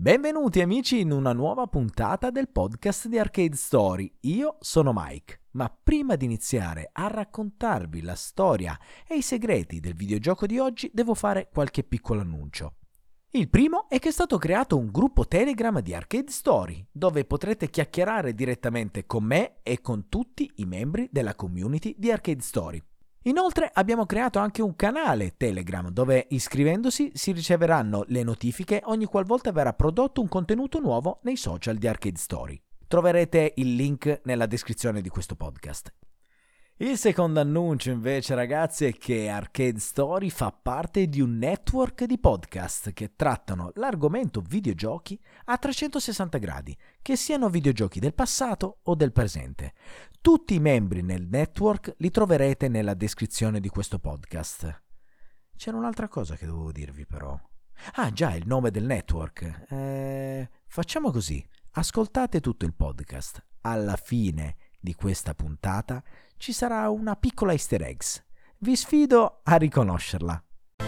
Benvenuti amici in una nuova puntata del podcast di Arcade Story. Io sono Mike, ma prima di iniziare a raccontarvi la storia e i segreti del videogioco di oggi devo fare qualche piccolo annuncio. Il primo è che è stato creato un gruppo Telegram di Arcade Story, dove potrete chiacchierare direttamente con me e con tutti i membri della community di Arcade Story. Inoltre abbiamo creato anche un canale Telegram dove iscrivendosi si riceveranno le notifiche ogni qualvolta verrà prodotto un contenuto nuovo nei social di Arcade Story. Troverete il link nella descrizione di questo podcast. Il secondo annuncio invece ragazzi è che Arcade Story fa parte di un network di podcast che trattano l'argomento videogiochi a 360 gradi, che siano videogiochi del passato o del presente. Tutti i membri nel network li troverete nella descrizione di questo podcast. C'era un'altra cosa che dovevo dirvi però. Ah già, il nome del network. Facciamo così, ascoltate tutto il podcast. Alla fine di questa puntata ci sarà una piccola easter eggs. Vi sfido a riconoscerla.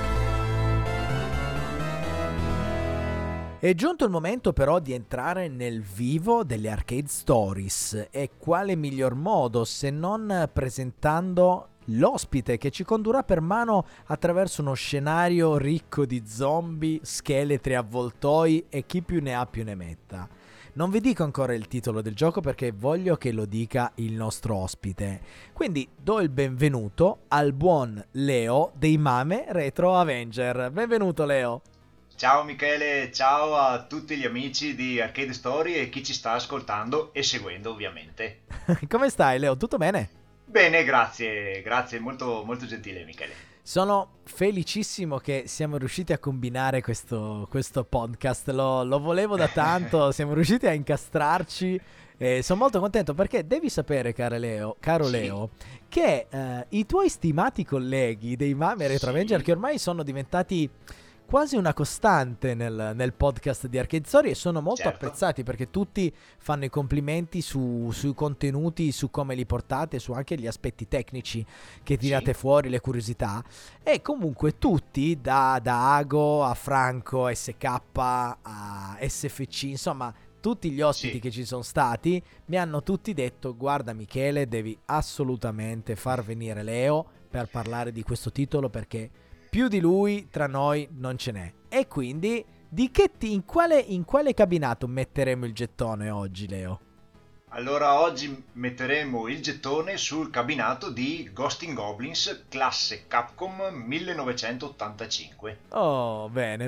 È giunto il momento però di entrare nel vivo delle Arcade Stories e quale miglior modo se non presentando l'ospite che ci condurrà per mano attraverso uno scenario ricco di zombie, scheletri, avvoltoi e chi più ne ha più ne metta. Non vi dico ancora il titolo del gioco perché voglio che lo dica il nostro ospite. Quindi do il benvenuto al buon Leo dei Mame Retro Avenger. Benvenuto Leo. Ciao Michele, ciao a tutti gli amici di Arcade Story e chi ci sta ascoltando e seguendo ovviamente. Come stai Leo? Tutto bene? Bene, grazie, molto, molto gentile Michele. Sono felicissimo che siamo riusciti a combinare questo podcast, lo volevo da tanto, siamo riusciti a incastrarci e sono molto contento perché devi sapere, caro Leo, che i tuoi stimati colleghi dei Mame Retro Avenger, che ormai sono diventati quasi una costante nel podcast di Arcade Story e sono molto apprezzati perché tutti fanno i complimenti sui contenuti, su come li portate, su anche gli aspetti tecnici che tirate fuori, le curiosità, e comunque tutti da Ago a Franco, SK a SFC, insomma tutti gli ospiti che ci sono stati mi hanno tutti detto: guarda Michele, devi assolutamente far venire Leo per parlare di questo titolo perché più di lui tra noi non ce n'è. E quindi in quale cabinato metteremo il gettone oggi, Leo? Allora oggi metteremo il gettone sul cabinato di Ghosting Goblins classe Capcom 1985. Oh, bene.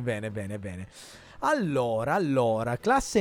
Allora, classe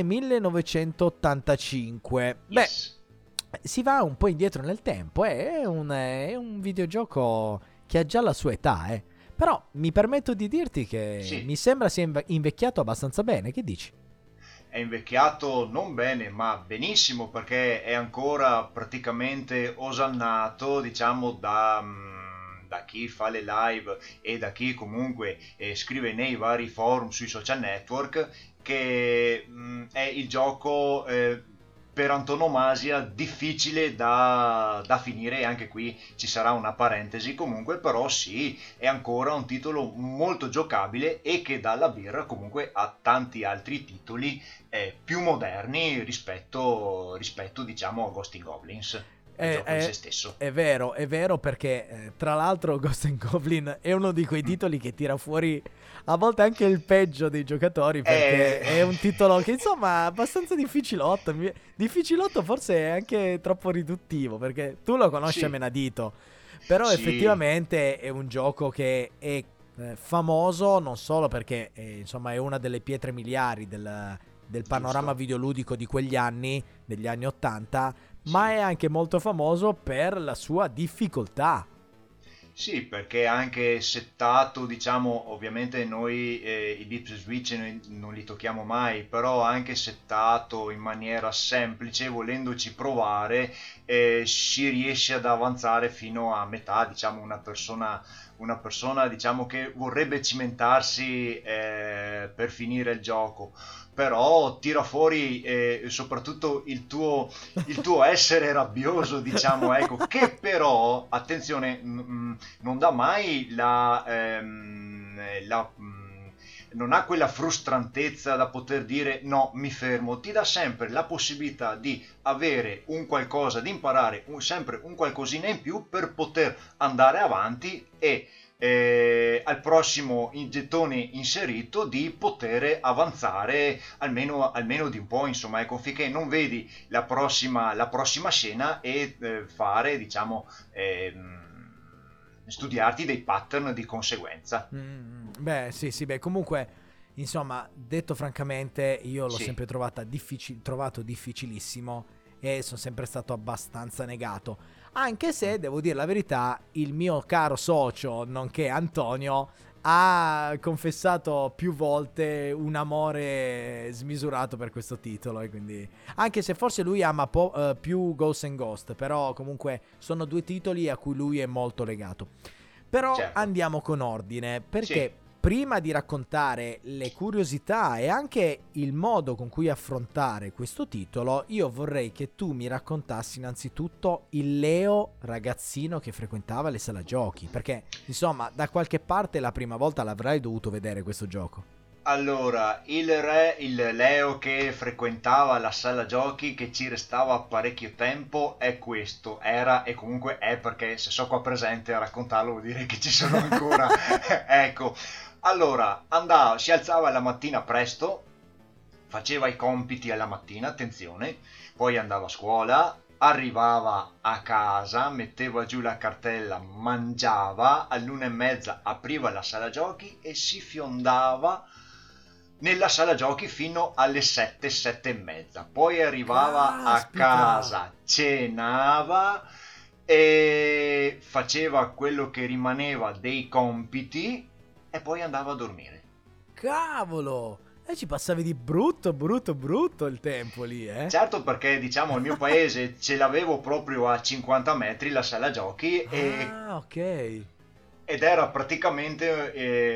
1985. Yes. Beh, si va un po' indietro nel tempo, è un videogioco che ha già la sua età, Però mi permetto di dirti che mi sembra sia invecchiato abbastanza bene, che dici? È invecchiato non bene, ma benissimo, perché è ancora praticamente osannato, diciamo, da chi fa le live e da chi comunque scrive nei vari forum sui social network, che è il gioco per antonomasia difficile da finire, e anche qui ci sarà una parentesi comunque, però sì, è ancora un titolo molto giocabile e che dà la birra comunque a tanti altri titoli più moderni rispetto diciamo a Ghost in Goblins. Se stesso. È vero perché tra l'altro Ghost and Goblin è uno di quei titoli che tira fuori a volte anche il peggio dei giocatori, perché è un titolo che insomma è abbastanza difficilotto, forse è anche troppo riduttivo perché tu lo conosci a menadito, però effettivamente è un gioco che è famoso non solo perché insomma è una delle pietre miliari del panorama videoludico di quegli anni, degli anni 80, ma è anche molto famoso per la sua difficoltà. Sì, perché è anche settato, diciamo, ovviamente noi i dip switch non li tocchiamo mai, però anche settato in maniera semplice, volendoci provare, si riesce ad avanzare fino a metà, diciamo, una persona diciamo che vorrebbe cimentarsi per finire il gioco, però tira fuori soprattutto il tuo essere rabbioso, diciamo, ecco, che però, attenzione, non dà mai non ha quella frustrantezza da poter dire no, mi fermo, ti dà sempre la possibilità di avere un qualcosa, di imparare sempre un qualcosina in più per poter andare avanti e al prossimo gettone inserito di poter avanzare almeno di un po', insomma, ecco, finché non vedi la prossima scena e fare, diciamo, studiarti dei pattern di conseguenza. Beh, sì, sì, beh, comunque, insomma, detto francamente, io l'ho Sì, sempre trovato difficilissimo e sono sempre stato abbastanza negato. Anche se, devo dire la verità, il mio caro socio, nonché Antonio, ha confessato più volte un amore smisurato per questo titolo. E quindi, anche se forse lui ama più Ghost and Ghost, però comunque sono due titoli a cui lui è molto legato. Però certo. andiamo con ordine, perché Sì. prima di raccontare le curiosità e anche il modo con cui affrontare questo titolo, io vorrei che tu mi raccontassi innanzitutto il Leo ragazzino che frequentava le sala giochi, perché insomma da qualche parte la prima volta l'avrai dovuto vedere questo gioco. Allora, il Leo che frequentava la sala giochi, che ci restava parecchio tempo, è questo. Era e comunque è, perché se so qua presente a raccontarlo vuol dire che ci sono ancora. Ecco, allora andava, si alzava la mattina presto, faceva i compiti alla mattina, attenzione, poi andava a scuola, arrivava a casa, metteva giù la cartella, mangiava, all'1:30 apriva la sala giochi e si fiondava nella sala giochi fino alle 7, 7:30. Poi arrivava a Caspita! casa, cenava e faceva quello che rimaneva dei compiti e poi andava a dormire. Cavolo! E ci passavi di brutto, brutto, brutto il tempo lì, eh? Certo, perché diciamo il mio paese ce l'avevo proprio a 50 metri la sala giochi Ah, ok. ed era praticamente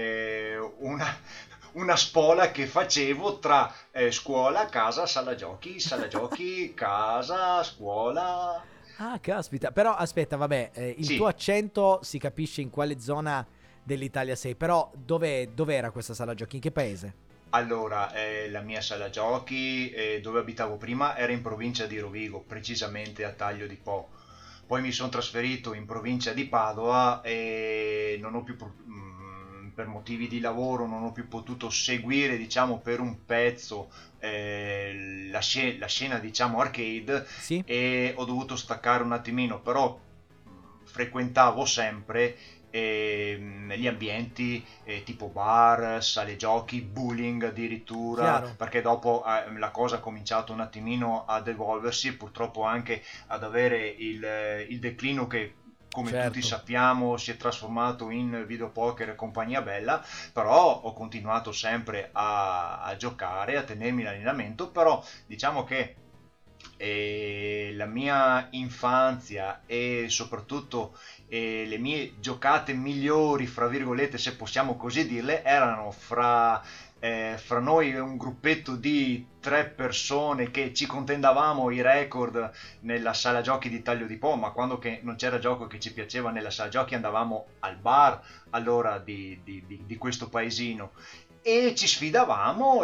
una spola che facevo tra scuola, casa, sala giochi, casa, scuola. Ah, caspita. Però aspetta, vabbè, il tuo Sì, accento si capisce in quale zona dell'Italia sei, però dov'era questa sala giochi? In che paese? allora, la mia sala giochi dove abitavo prima era in provincia di Rovigo, precisamente a Taglio di Po. Poi mi sono trasferito in provincia di Padova e non ho più, per motivi di lavoro, non ho più potuto seguire, diciamo, per un pezzo la scena, diciamo, arcade Sì? e ho dovuto staccare un attimino, però frequentavo sempre gli ambienti tipo bar, sale giochi, bowling addirittura, Chiaro? perché dopo la cosa ha cominciato un attimino ad evolversi e purtroppo anche ad avere il declino che come tutti Certo. sappiamo si è trasformato in videopoker e compagnia bella, però ho continuato sempre a giocare, a tenermi in allenamento, però diciamo che la mia infanzia e soprattutto le mie giocate migliori, fra virgolette, se possiamo così dirle, erano fra noi un gruppetto di 3 persone che ci contendavamo i record nella sala giochi di Taglio di Po, ma quando che non c'era gioco che ci piaceva nella sala giochi andavamo al bar allora di questo paesino e ci sfidavamo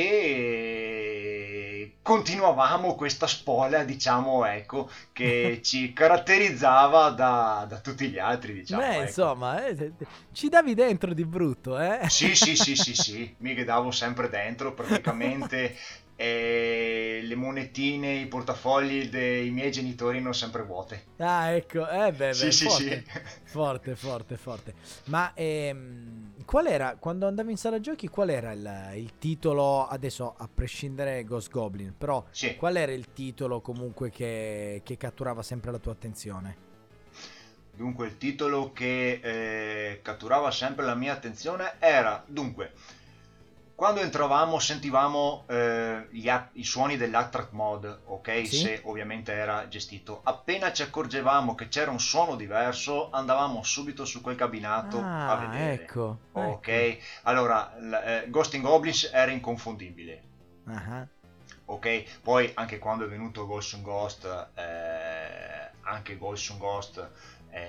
e continuavamo questa spola, diciamo, ecco, che ci caratterizzava da tutti gli altri, diciamo, Beh, ecco. insomma, ci davi dentro di brutto, eh? Sì, sì, sì, sì, sì, mi davo sempre dentro praticamente le monetine, i portafogli dei miei genitori erano sempre vuote. Ah, ecco, beh, Sì, beh, sì, sì. forte, forte, forte, forte. Ma qual era, quando andavi in sala giochi, qual era il titolo, adesso a prescindere Ghost Goblin, però Sì. qual era il titolo comunque che catturava sempre la tua attenzione? Dunque, il titolo che catturava sempre la mia attenzione era, dunque, quando entravamo sentivamo i suoni dell'attract mode, ok? Sì? Se ovviamente era gestito. Appena ci accorgevamo che c'era un suono diverso, andavamo subito su quel cabinato a Ah, vedere. ecco, ecco. Ok? Allora, Ghosting Goblins era inconfondibile. Ah, Ok, poi anche quando è venuto Ghost Ghost, anche Ghost Ghost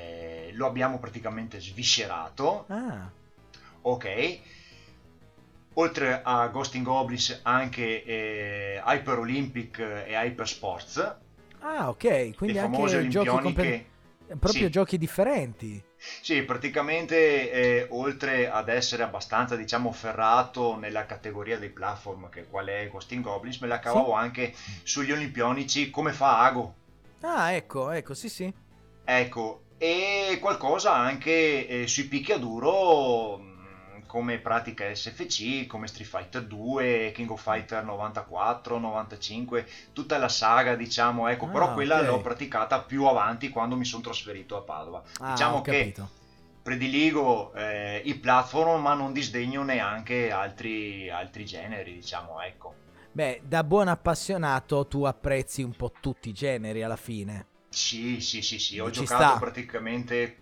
lo abbiamo praticamente sviscerato. ah, Ok, oltre a Ghosting Goblins anche Hyper Olympic e Hyper Sports, Ah, ok, le quindi famose anche giochi olimpioniche. proprio Sì, giochi differenti. sì, praticamente oltre ad essere abbastanza, diciamo, ferrato nella categoria dei platform, che qual è Ghosting Goblins, me la Sì? cavavo anche sugli olimpionici come fa Ago. Ah, ecco, ecco, sì, sì. Ecco, e qualcosa anche sui picchiaduro, come pratica SFC, come Street Fighter 2, King of Fighter 94, 95, tutta la saga, diciamo, ecco, però Ah, quella l'ho ok. praticata più avanti quando mi sono trasferito a Padova. Ah, ho Diciamo che capito. prediligo i platform, ma non disdegno neanche altri generi, diciamo, ecco. Beh, da buon appassionato tu apprezzi un po' tutti i generi alla fine. Sì, sì, sì, sì, ho Quindi ci giocato sta. praticamente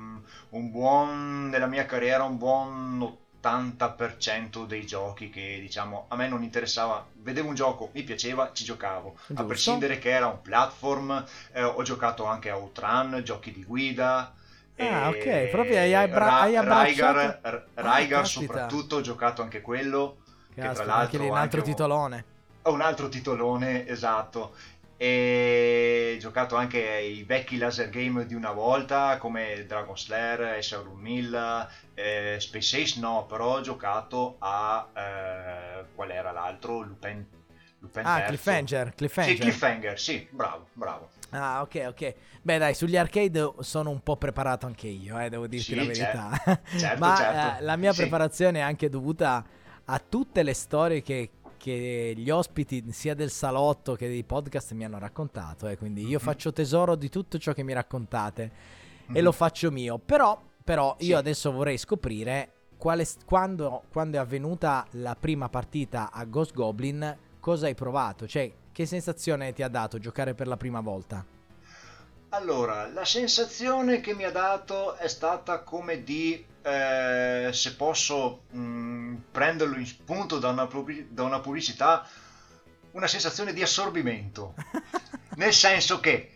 nella mia carriera un buon 80% dei giochi che diciamo a me non interessava. Vedevo un gioco, mi piaceva, ci giocavo, a Giusto? prescindere che era un platform, ho giocato anche a Outrun, giochi di guida, Ah, ok, proprio hai abbracciato. Ah, Rygar caspita. soprattutto, ho giocato anche quello, che tra Caspita, anche lì l'altro un anche altro titolone. un altro titolone, esatto. E ho giocato anche ai vecchi laser game di una volta come Dragon Slayer, Shaolin Mill, Space Ace no, però ho giocato a qual era l'altro? Lupin Ah, terzo. Cliffhanger, Sì, Cliffhanger. Cliffhanger, sì, bravo, bravo. Ah, ok, ok. Beh, dai, sugli arcade sono un po' preparato anche io, devo dirti la Sì, verità. certo, Ma certo, la mia sì. preparazione è anche dovuta a tutte le storie che gli ospiti sia del salotto che dei podcast mi hanno raccontato. Quindi io Mhm, faccio tesoro di tutto ciò che mi raccontate e lo mhm, faccio mio. Però io sì. adesso vorrei scoprire quando è avvenuta la prima partita a Ghost Goblin, cosa hai provato? Cioè, che sensazione ti ha dato giocare per la prima volta? Allora, la sensazione che mi ha dato è stata come di, se posso prenderlo in spunto da una pubblicità, una sensazione di assorbimento, nel senso che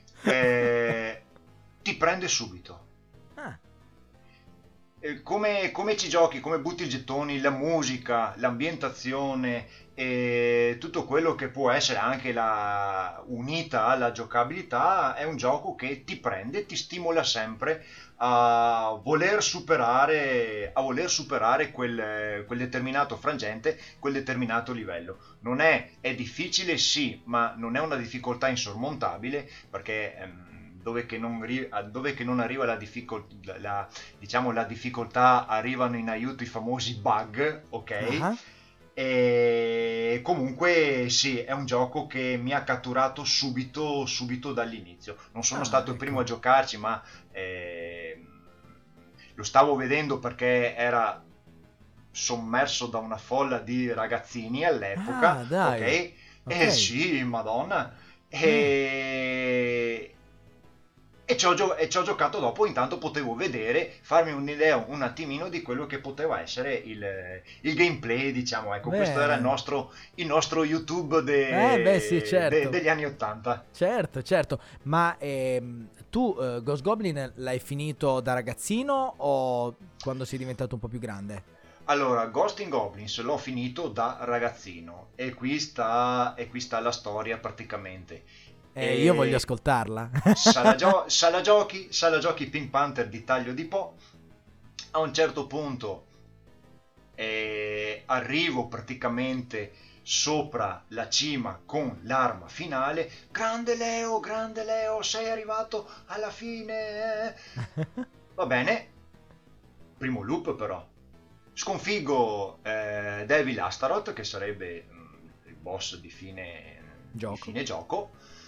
ti prende subito. Ah, Come ci giochi, come butti i gettoni, la musica, l'ambientazione e tutto quello che può essere anche unita alla giocabilità, è un gioco che ti prende, ti stimola sempre a voler superare quel determinato frangente, quel determinato livello. È difficile, sì, ma non è una difficoltà insormontabile perché dove che non arriva diciamo, la difficoltà, arrivano in aiuto i famosi bug, ok? ah, E comunque sì, è un gioco che mi ha catturato subito, subito dall'inizio. Non sono ah, stato il primo a ecco. giocarci, ma eh, lo stavo vedendo perché era sommerso da una folla di ragazzini all'epoca, Ah, dai. ok? Ok. Eh sì, Madonna. Mm. E ci ho giocato dopo, intanto potevo vedere, farmi un'idea un attimino di quello che poteva essere il gameplay, diciamo, ecco, questo era Bene. il nostro YouTube Beh, sì, certo. degli anni Ottanta. Certo, certo. Ma tu Ghost Goblin l'hai finito da ragazzino o quando sei diventato un po' più grande? Allora, Ghost in Goblins l'ho finito da ragazzino e qui sta la storia praticamente. Io voglio E ascoltarla. sala giochi Pink Panther di taglio di Po. A un certo punto arrivo praticamente sopra la cima con l'arma finale. Grande Leo, sei arrivato alla fine. Va bene, primo loop però. Sconfiggo Devil Astaroth, che sarebbe il boss di Gioco. fine gioco,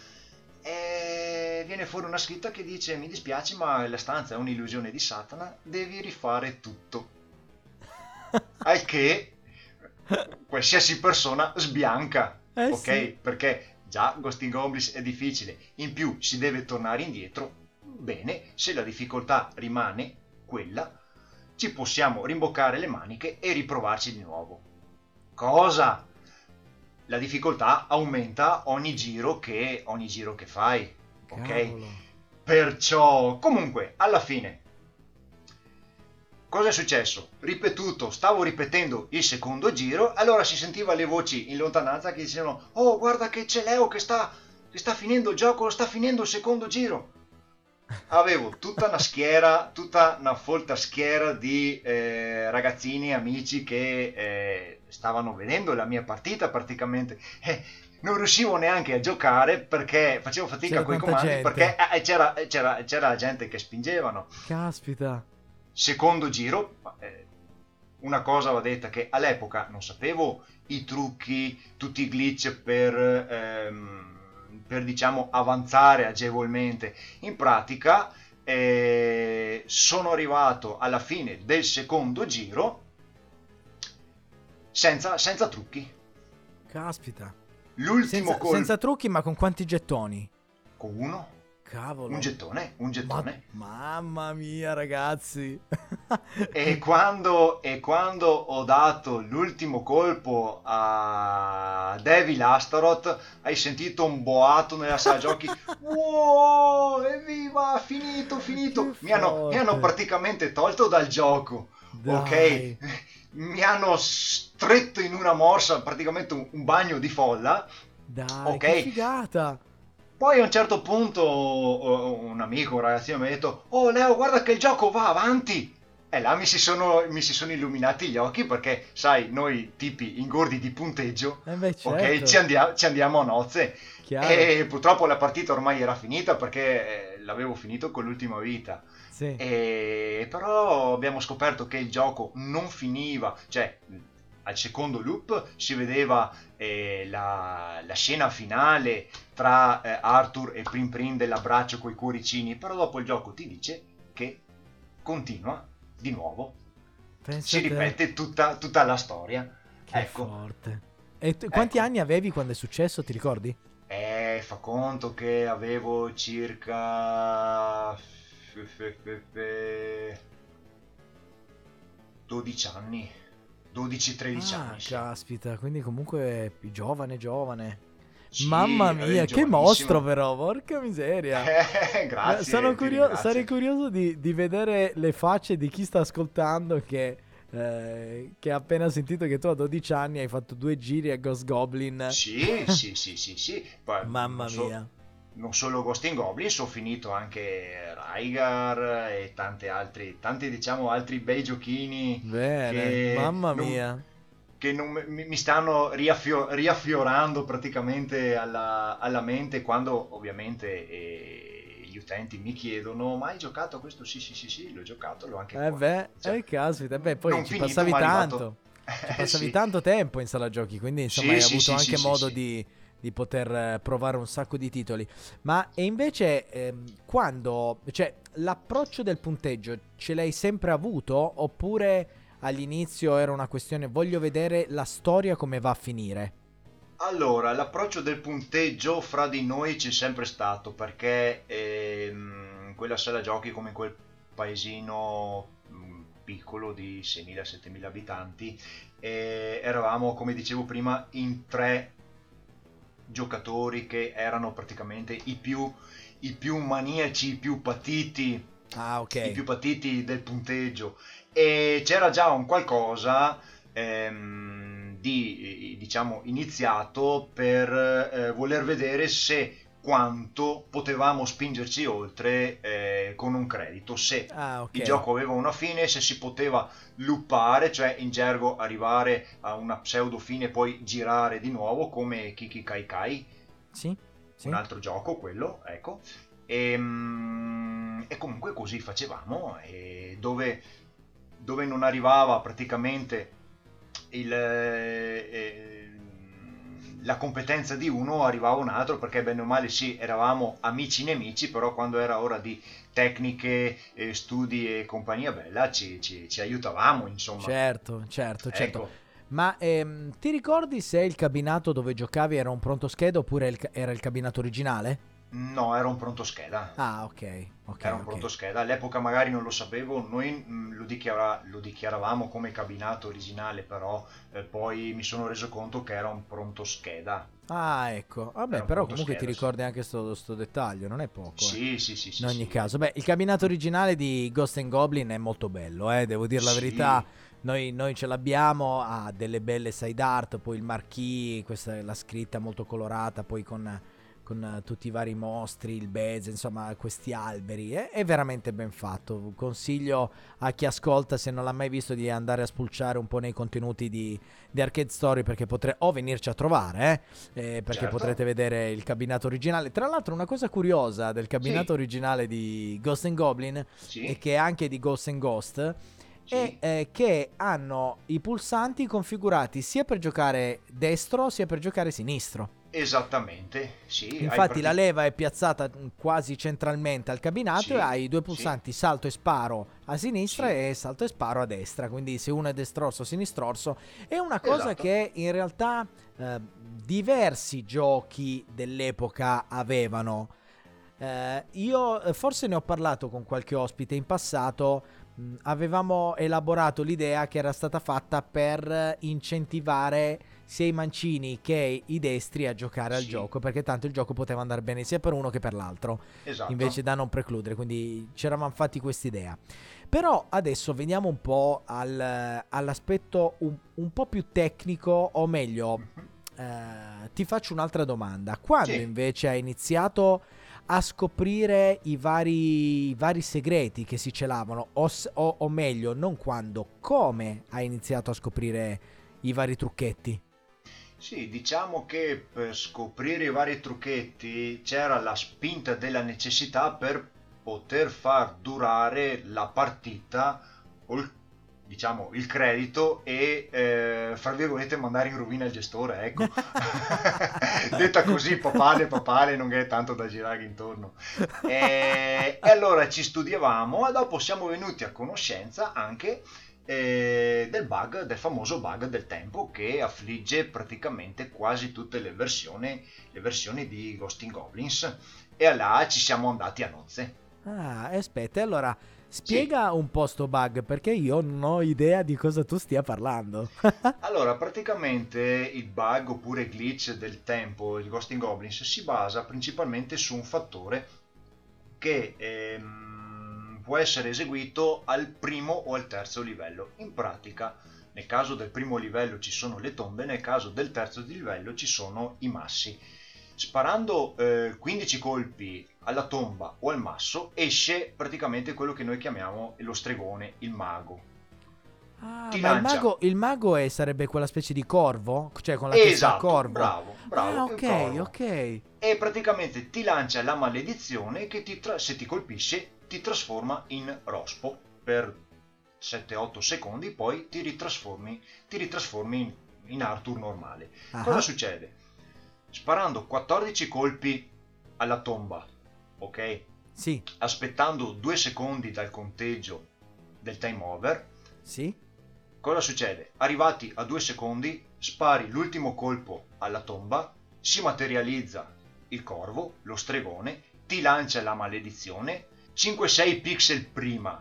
e viene fuori una scritta che dice: Mi dispiace, ma la stanza è un'illusione di Satana, devi rifare tutto. Al che qualsiasi persona sbianca, Eh sì. ok? Perché già Ghosting Goblins è difficile, in più si deve tornare indietro. Bene, se la difficoltà rimane quella, ci possiamo rimboccare le maniche e riprovarci di nuovo. Cosa? La difficoltà aumenta ogni giro che fai, ok? Cavolo. Perciò, comunque, alla fine cosa è successo? Ripetuto, stavo ripetendo il secondo giro, allora si sentiva le voci in lontananza che dicevano: oh, guarda che c'è Leo che sta finendo il gioco, sta finendo il secondo giro. Avevo tutta una schiera, tutta una folta schiera di ragazzini, amici che stavano vedendo la mia partita praticamente. Non riuscivo neanche a giocare perché facevo fatica C'era coi tanta comandi, gente. perché c'era gente che spingevano. Caspita. Secondo giro, una cosa va detta, che all'epoca non sapevo i trucchi, tutti i glitch per diciamo avanzare agevolmente. In pratica sono arrivato alla fine del secondo giro senza trucchi. Caspita. L'ultimo colpo Senza trucchi, ma con quanti gettoni? con uno, Cavolo. un gettone. Mamma mia, ragazzi. E quando ho dato l'ultimo colpo a Devil Astaroth, hai sentito un boato nella sala giochi. Wow, evviva, finito. Che Mi hanno forte. praticamente tolto dal gioco. Ok, Dai. mi hanno stretto in una morsa, praticamente un bagno di folla. Dai, che Ok, figata. poi a un certo punto un amico, un ragazzino mi ha detto: oh Leo, guarda che il gioco va avanti! E là mi si sono illuminati gli occhi perché, sai, noi tipi ingordi di punteggio, Beh, ok, certo. ci andiamo a nozze. Chiaro. E purtroppo la partita ormai era finita perché l'avevo finito con l'ultima vita. Sì. Però abbiamo scoperto che il gioco non finiva, cioè al secondo loop si vedeva la scena finale tra Arthur e Prin Prin dell'abbraccio coi cuoricini, però dopo il gioco ti dice che continua di nuovo, Pensa si a te. ripete tutta la storia. Che Ecco, forte. E quanti ecco. anni avevi quando è successo, ti ricordi? Fa conto che avevo circa 12 anni, 12-13 Ah, anni, sì. caspita, quindi comunque più giovane, giovane. Mamma Sì, mia, che mostro giovanissimo. però, porca miseria. Grazie, ti Sarei ringrazio. curioso di vedere le facce di chi sta ascoltando che ha appena sentito che tu a 12 anni hai fatto 2 giri a Ghost Goblin. Sì. Poi, Mamma mia. non solo Ghost in Goblins, ho finito anche Raigar e tanti diciamo altri bei giochini Bene, che mamma mia. mi stanno riaffiorando praticamente alla mente quando ovviamente gli utenti mi chiedono: ma hai giocato a questo? Sì, l'ho giocato, l'ho anche qua. Cioè, Caspita, beh, poi non ci finito, passavi ma arrivato. tanto. Ci passavi Sì, tanto tempo in sala giochi, quindi insomma hai avuto anche modo sì. di poter provare un sacco di titoli. Ma e invece quando, cioè, l'approccio del punteggio ce l'hai sempre avuto oppure all'inizio era una questione voglio vedere la storia come va a finire? Allora, l'approccio del punteggio fra di noi c'è sempre stato perché in quella sala giochi, come in quel paesino piccolo di 6.000-7.000 abitanti, eravamo, come dicevo prima, in tre giocatori che erano praticamente i più maniaci, Ah, ok. i più patiti del punteggio, e c'era già un qualcosa di diciamo iniziato per voler vedere se quanto potevamo spingerci oltre con un credito, se Ah, ok. il gioco aveva una fine, se si poteva loopare, cioè in gergo arrivare a una pseudo fine e poi girare di nuovo come Kiki Kai Kai, Sì? un Sì? altro gioco quello, ecco. E comunque così facevamo, e dove non arrivava praticamente la competenza di uno, arrivava un altro, perché bene o male sì, eravamo amici nemici, però quando era ora di tecniche, studi e compagnia bella ci aiutavamo, insomma. Certo. Ecco. Ma ti ricordi se il cabinato dove giocavi era un pronto scheda oppure era il cabinato originale? No, era un pronto scheda. Ah, ok, ok, Era un ok. pronto scheda, all'epoca magari non lo sapevo, noi lo dichiaravamo come cabinato originale, però poi mi sono reso conto che era un pronto scheda. Ah, ecco. Vabbè, Era un però pronto comunque ti scheda, sì. ricordi anche sto dettaglio, non è poco, eh. Sì, sì, sì, In sì, ogni sì. caso, beh, il cabinato originale di Ghost and Goblin è molto bello, devo dire la verità. Sì, Noi ce l'abbiamo, ha delle belle side art, poi il marquee, questa è la scritta molto colorata, poi con tutti i vari mostri, il Beze, insomma, questi alberi. È veramente ben fatto. Consiglio a chi ascolta, se non l'ha mai visto, di andare a spulciare un po' nei contenuti di Arcade Story, perché o venirci a trovare, perché certo. potrete vedere il cabinato originale. Tra l'altro, una cosa curiosa del cabinato Sì, originale di Ghost and Goblin, e sì, che è anche di Ghost and Ghost, è sì, che hanno i pulsanti configurati sia per giocare destro sia per giocare sinistro. esattamente. Sì, hai Infatti la leva è piazzata quasi centralmente al cabinato e Sì, hai due sì, pulsanti salto e sparo a sinistra sì, e salto e sparo a destra, quindi se uno è destrorso o sinistrorso. È una cosa esatto. che in realtà diversi giochi dell'epoca avevano. Io forse ne ho parlato con qualche ospite in passato. Avevamo elaborato l'idea che era stata fatta per incentivare sia i mancini che i destri a giocare al Sì, gioco, perché tanto il gioco poteva andare bene sia per uno che per l'altro, invece esatto. da non precludere, quindi ci eravamo fatti quest'idea. Però adesso veniamo un po' all'aspetto un po' più tecnico, o meglio, Mhm. ti faccio un'altra domanda. Quando Sì. invece hai iniziato a scoprire i vari segreti che si celavano, o meglio, non quando, come hai iniziato a scoprire i vari trucchetti? Sì, diciamo che per scoprire i vari trucchetti c'era la spinta della necessità per poter far durare la partita o diciamo il credito e fra virgolette mandare in rovina il gestore, ecco. Detta così, papale, papale, non è tanto da girare intorno. E allora ci studiavamo e dopo siamo venuti a conoscenza anche del bug, del famoso bug del tempo che affligge praticamente quasi tutte le versioni di Ghosting Goblins. E là ci siamo andati a nozze. Ah, aspetta, allora Sì, spiega un po' sto bug, perché io non ho idea di cosa tu stia parlando. allora praticamente il bug oppure glitch del tempo di Ghosting Goblins si basa principalmente su un fattore che può essere eseguito al primo o al terzo livello. In pratica, nel caso del primo livello ci sono le tombe, nel caso del terzo livello ci sono i massi. Sparando 15 colpi alla tomba o al masso esce praticamente quello che noi chiamiamo lo stregone, il mago. Ah, Ti ma lancia. il mago sarebbe quella specie di corvo? Cioè con la testa a Esatto, corvo? bravo, Ah, bravo, il ok, corvo. ok. E praticamente ti lancia la maledizione che se ti colpisce ti trasforma in rospo per 7-8 secondi, poi ti ritrasformi in Arthur normale. Cosa Ah, succede? Sparando 14 colpi alla tomba, ok? sì, Aspettando 2 secondi dal conteggio del time over, sì. cosa succede? Arrivati a 2 secondi, spari l'ultimo colpo alla tomba, si materializza il corvo, lo stregone, ti lancia la maledizione, 5-6 pixel prima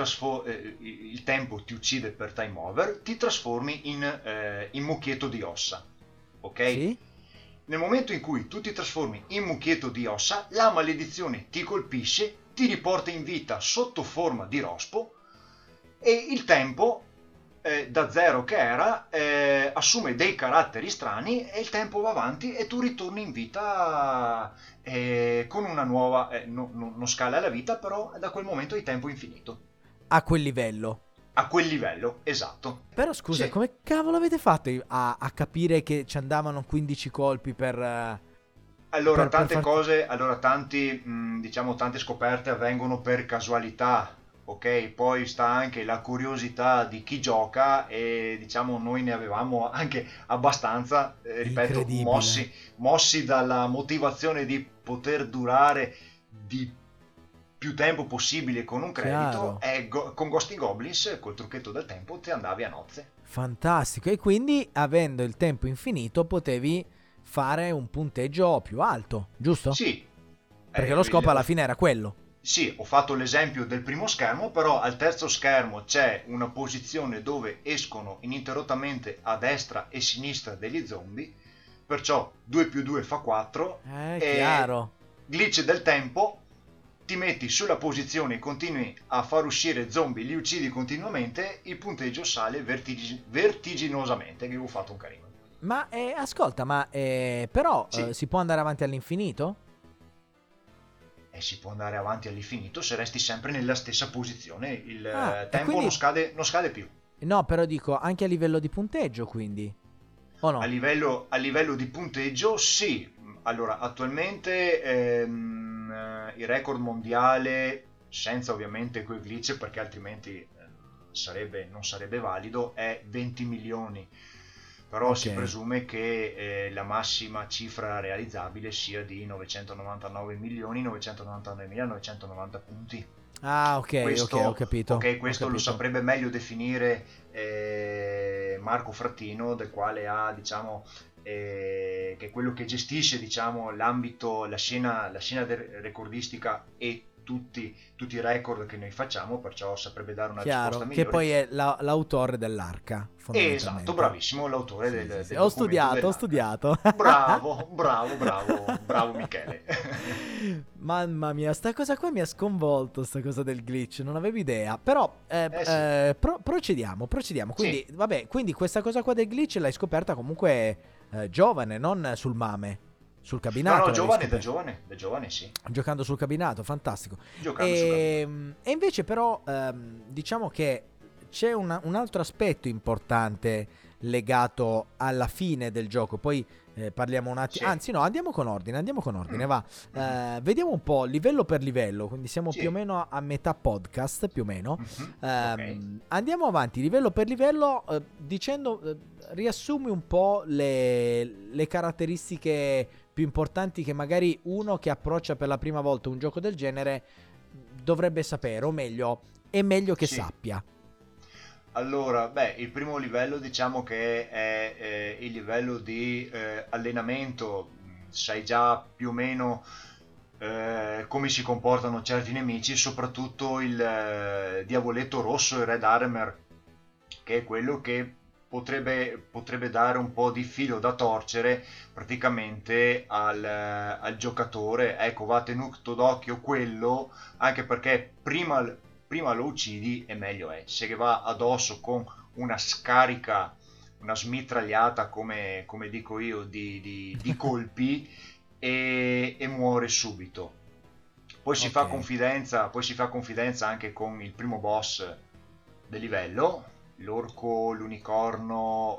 il tempo ti uccide per time over, ti trasformi in mucchietto di ossa. Ok? Sì? Nel momento in cui tu ti trasformi in mucchietto di ossa, la maledizione ti colpisce, ti riporta in vita sotto forma di rospo e il tempo da zero che era assume dei caratteri strani e il tempo va avanti e tu ritorni in vita con una nuova, non scala la vita, però da quel momento hai tempo infinito. A quel livello. A quel livello, esatto. Però scusa, Sì. come cavolo avete fatto a capire che ci andavano 15 colpi Allora, per tante farti... cose, allora diciamo, tante scoperte avvengono per casualità, ok? Poi sta anche la curiosità di chi gioca e diciamo noi ne avevamo anche abbastanza, ripeto, Incredibile. mossi dalla motivazione di poter durare di più tempo possibile con un credito Chiaro. e con Ghosting Goblins, col trucchetto del tempo, ti andavi a nozze. Fantastico. E quindi, avendo il tempo infinito, potevi fare un punteggio più alto, giusto? Sì, Perché lo scopo alla fine era quello. Sì, ho fatto l'esempio del primo schermo, però al terzo schermo c'è una posizione dove escono ininterrottamente a destra e sinistra degli zombie, perciò 2 più 2 fa 4 e Chiaro. glitch del tempo, ti metti sulla posizione e continui a far uscire zombie, li uccidi continuamente, il punteggio sale vertiginosamente, che avevo fatto un carino. Ma ascolta, ma però Sì. si può andare avanti all'infinito? E si può andare avanti all'infinito se resti sempre nella stessa posizione, il E tempo quindi non scade più. no, però dico anche a livello di punteggio, quindi. O no? A livello di punteggio, sì. Allora, attualmente il record mondiale, senza ovviamente quei glitch, perché altrimenti non sarebbe valido, è 20 milioni. Però si Ok. presume che la massima cifra realizzabile sia di 999 milioni 999.990 punti. Ah, ok, ok, ho Questo, capito. ok, Ho questo lo capito. saprebbe meglio definire Marco Frattino, del quale ha, diciamo, che è quello che gestisce, diciamo, l'ambito, la scena recordistica e tutti i record che noi facciamo, perciò saprebbe dare una risposta Chiaro, che migliore. poi è l'autore dell'arca, Esatto, fondamentalmente. bravissimo, l'autore Sì, sì, sì. del Ho documento studiato, ho dell'arca. studiato. Bravo, bravo, bravo, bravo Michele. Mamma mia, sta cosa qua mi ha sconvolto, sta cosa del glitch, non avevo idea. Però Sì, procediamo. sì. Quindi, vabbè, quindi questa cosa qua del glitch l'hai scoperta comunque giovane, non sul mame. Sul No, cabinato no, l'avevi giovane, scoperta. da giovane sì, Giocando sul cabinato, fantastico. giocando sul cabinato. E invece però diciamo che c'è un altro aspetto importante legato alla fine del gioco. Poi parliamo un attimo, Sì. anzi no, andiamo con ordine, Mm. va. Mhm. Vediamo un po' livello per livello, quindi siamo più o Sì. meno a metà podcast, più o meno. Mhm. Ok. Andiamo avanti livello per livello dicendo, riassumi un po' le caratteristiche più importanti che magari uno che approccia per la prima volta un gioco del genere dovrebbe sapere, o meglio, è meglio che Sì. sappia. Allora, beh, il primo livello diciamo che è il livello di allenamento. Sai già più o meno come si comportano certi nemici, soprattutto il diavoletto rosso, il Red Armor, che è quello che potrebbe dare un po' di filo da torcere praticamente al giocatore. Ecco, va tenuto d'occhio quello, anche perché prima lo uccidi e meglio è. Se che va addosso con una scarica, una smitragliata, come dico io, di colpi e muore subito. Ok. Poi si fa confidenza anche con il primo boss del livello, l'orco, l'unicorno